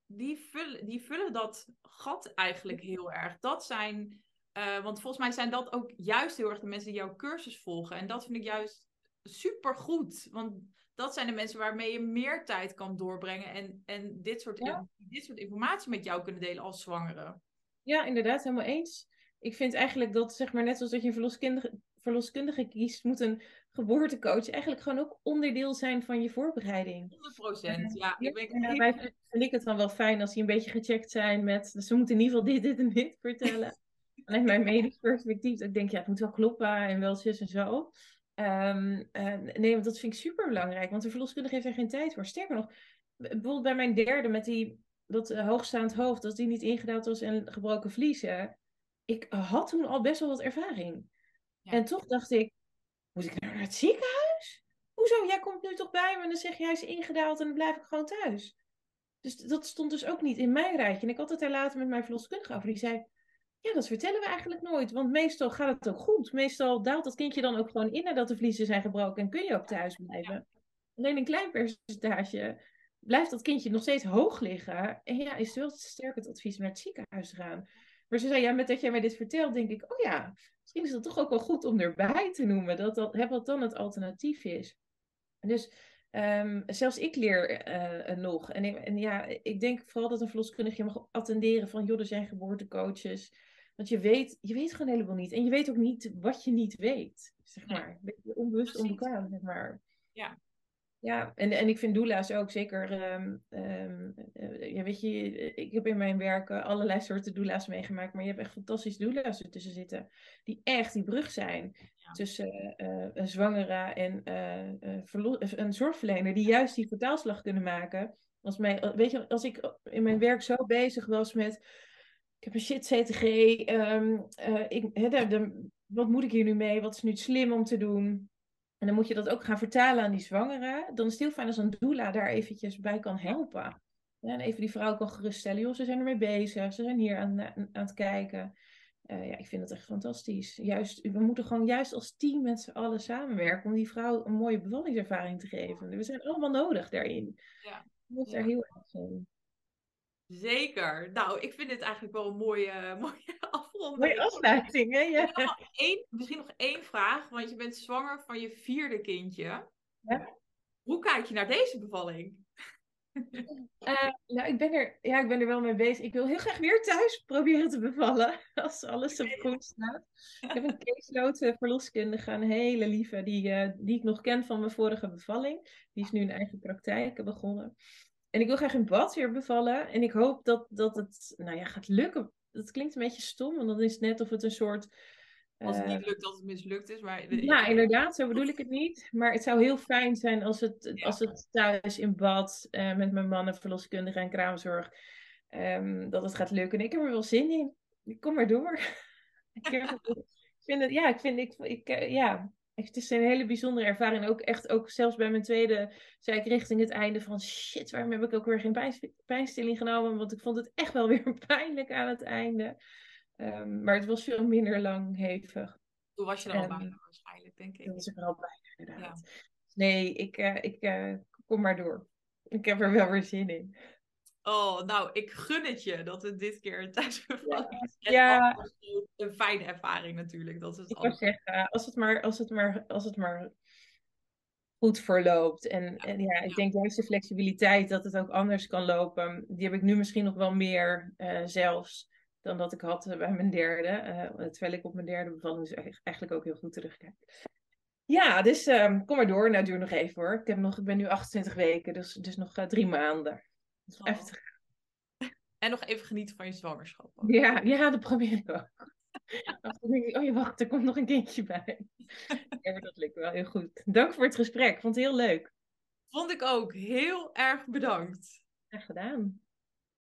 die vullen dat gat eigenlijk heel erg. Dat zijn, want volgens mij zijn dat ook juist heel erg de mensen die jouw cursus volgen. En dat vind ik juist supergoed. Want dat zijn de mensen waarmee je meer tijd kan doorbrengen. En dit
Ja,
soort informatie met jou kunnen delen als zwangere.
ja, inderdaad, helemaal eens. Ik vind eigenlijk dat, zeg maar, net zoals dat je een verloskundige kiest, moet een geboortecoach eigenlijk gewoon ook onderdeel zijn van je voorbereiding.
100%. Ja,
Ja,
ik ben
ja,
helemaal...
vind ik het dan wel fijn als die een beetje gecheckt zijn met, dus ze moeten in ieder geval dit en dit vertellen. Vanuit mijn medisch perspectief, dat ik denk, ja, het moet wel kloppen en wel zus en zo. Nee, want dat vind ik super belangrijk, want de verloskundige heeft er geen tijd voor. Sterker nog, bijvoorbeeld bij mijn derde met dat hoogstaand hoofd, dat die niet ingedaald was en gebroken vliezen. Ik had toen al best wel wat ervaring.
Ja.
En toch dacht ik, moet ik nou naar het ziekenhuis? Hoezo? Jij komt nu toch bij me en dan zeg je hij is ingedaald en dan blijf ik gewoon thuis. Dus dat stond dus ook niet in mijn rijtje. En ik had het daar later met mijn verloskundige over. Die zei, ja, dat vertellen we eigenlijk nooit. Want meestal gaat het ook goed. Meestal daalt dat kindje dan ook gewoon in nadat de vliezen zijn gebroken. En kun je ook thuis blijven. Alleen een klein percentage blijft dat kindje nog steeds hoog liggen. En ja, is het wel sterk het advies om naar het ziekenhuis te gaan. Maar ze zei, ja, met dat jij mij dit vertelt, denk ik, oh ja, misschien is dat toch ook wel goed om erbij te noemen. Wat dan het alternatief is. Dus zelfs ik leer nog. En ja, ik denk vooral dat een verloskundige je mag attenderen van, joh, er zijn geboortecoaches. Want je weet gewoon helemaal niet. En je weet ook niet wat je niet weet, zeg
Nee,
maar. Een beetje onbewust,
precies.
onbekwaam, zeg maar.
Ja.
Ja, en ik vind doula's ook zeker. Ja, weet je, ik heb in mijn werk allerlei soorten doula's meegemaakt, maar je hebt echt fantastische doula's ertussen zitten, die echt die brug zijn
Ja.
tussen een zwangere en een zorgverlener, die juist die vertaalslag kunnen maken. Weet je, als ik in mijn werk zo bezig was met, ik heb een shit CTG, wat moet ik hier nu mee? Wat is nu slim om te doen? En dan moet je dat ook gaan vertalen aan die zwangere. Dan is het heel fijn als een doula daar eventjes bij kan helpen. Ja, en even die vrouw kan geruststellen. Joh, ze zijn ermee bezig. Ze zijn hier aan het kijken. Ja, ik vind dat echt fantastisch. We moeten gewoon juist als team met z'n allen samenwerken om die vrouw een mooie bevallingservaring te geven. We zijn allemaal nodig daarin.
Ja,
Ik moet daar
ja.
heel erg in.
Zeker. Nou, ik vind dit eigenlijk wel een mooie, mooie
Mooie
afronding.
afsluiting, hè?
Ik heb
Ja.
nog wel misschien nog één vraag, want je bent zwanger van je vierde kindje.
Ja.
Hoe kijk je naar deze bevalling?
Nou, ik ben er wel mee bezig. Ik wil heel graag weer thuis proberen te bevallen, als alles op groen staat. Ik heb een caseload verloskundige, een hele lieve, die ik nog ken van mijn vorige bevalling. Die is nu een eigen praktijk begonnen. En ik wil graag in bad weer bevallen. En ik hoop dat het, nou ja, gaat lukken. Dat klinkt een beetje stom, want dan is het net of het een soort...
Als het
eh,
niet lukt, dat het mislukt is. Maar
ja, inderdaad, zo bedoel ik het niet. Maar het zou heel fijn zijn als
ja.
het thuis in bad met mijn man en verloskundige en kraamzorg, dat het gaat lukken. En ik heb er wel zin in. Ik kom maar door. Ik vind het, ja, ja, het is een hele bijzondere ervaring. Ook zelfs bij mijn tweede, zei ik richting het einde van shit, waarom heb ik ook weer geen pijnstilling genomen? Want ik vond het echt wel weer pijnlijk aan het einde. Maar het was veel minder lang hevig.
Toen was je er al bijna waarschijnlijk, denk
Dat
ik.
was ik er al bij,
Ja.
inderdaad. Nee, ik kom maar door. Ik heb er wel weer zin in.
Oh, nou, ik gun het je dat het dit keer een thuisbevalling is. En
Ja,
anders een fijne ervaring natuurlijk. Dat is het
ik wou
allemaal.
zeggen, als het maar goed verloopt. En ja, ik
Ja.
denk juist de flexibiliteit dat het ook anders kan lopen, die heb ik nu misschien nog wel meer zelfs dan dat ik had bij mijn derde. Terwijl ik op mijn derde bevalling dus eigenlijk ook heel goed terugkijk. Ja, dus kom maar door. Nou, duur nog even hoor. Ik ben nu 28 weken, dus nog 3 maanden. Dus even
Oh. En nog even genieten van je zwangerschap ook.
ja, dat probeer ik ook. Dan denk ik, oh ja, wacht, er komt nog een kindje bij. Ja, maar dat lukt wel heel goed. Dank voor het gesprek. Vond het heel leuk.
Vond ik ook. Heel erg bedankt.
Graag gedaan.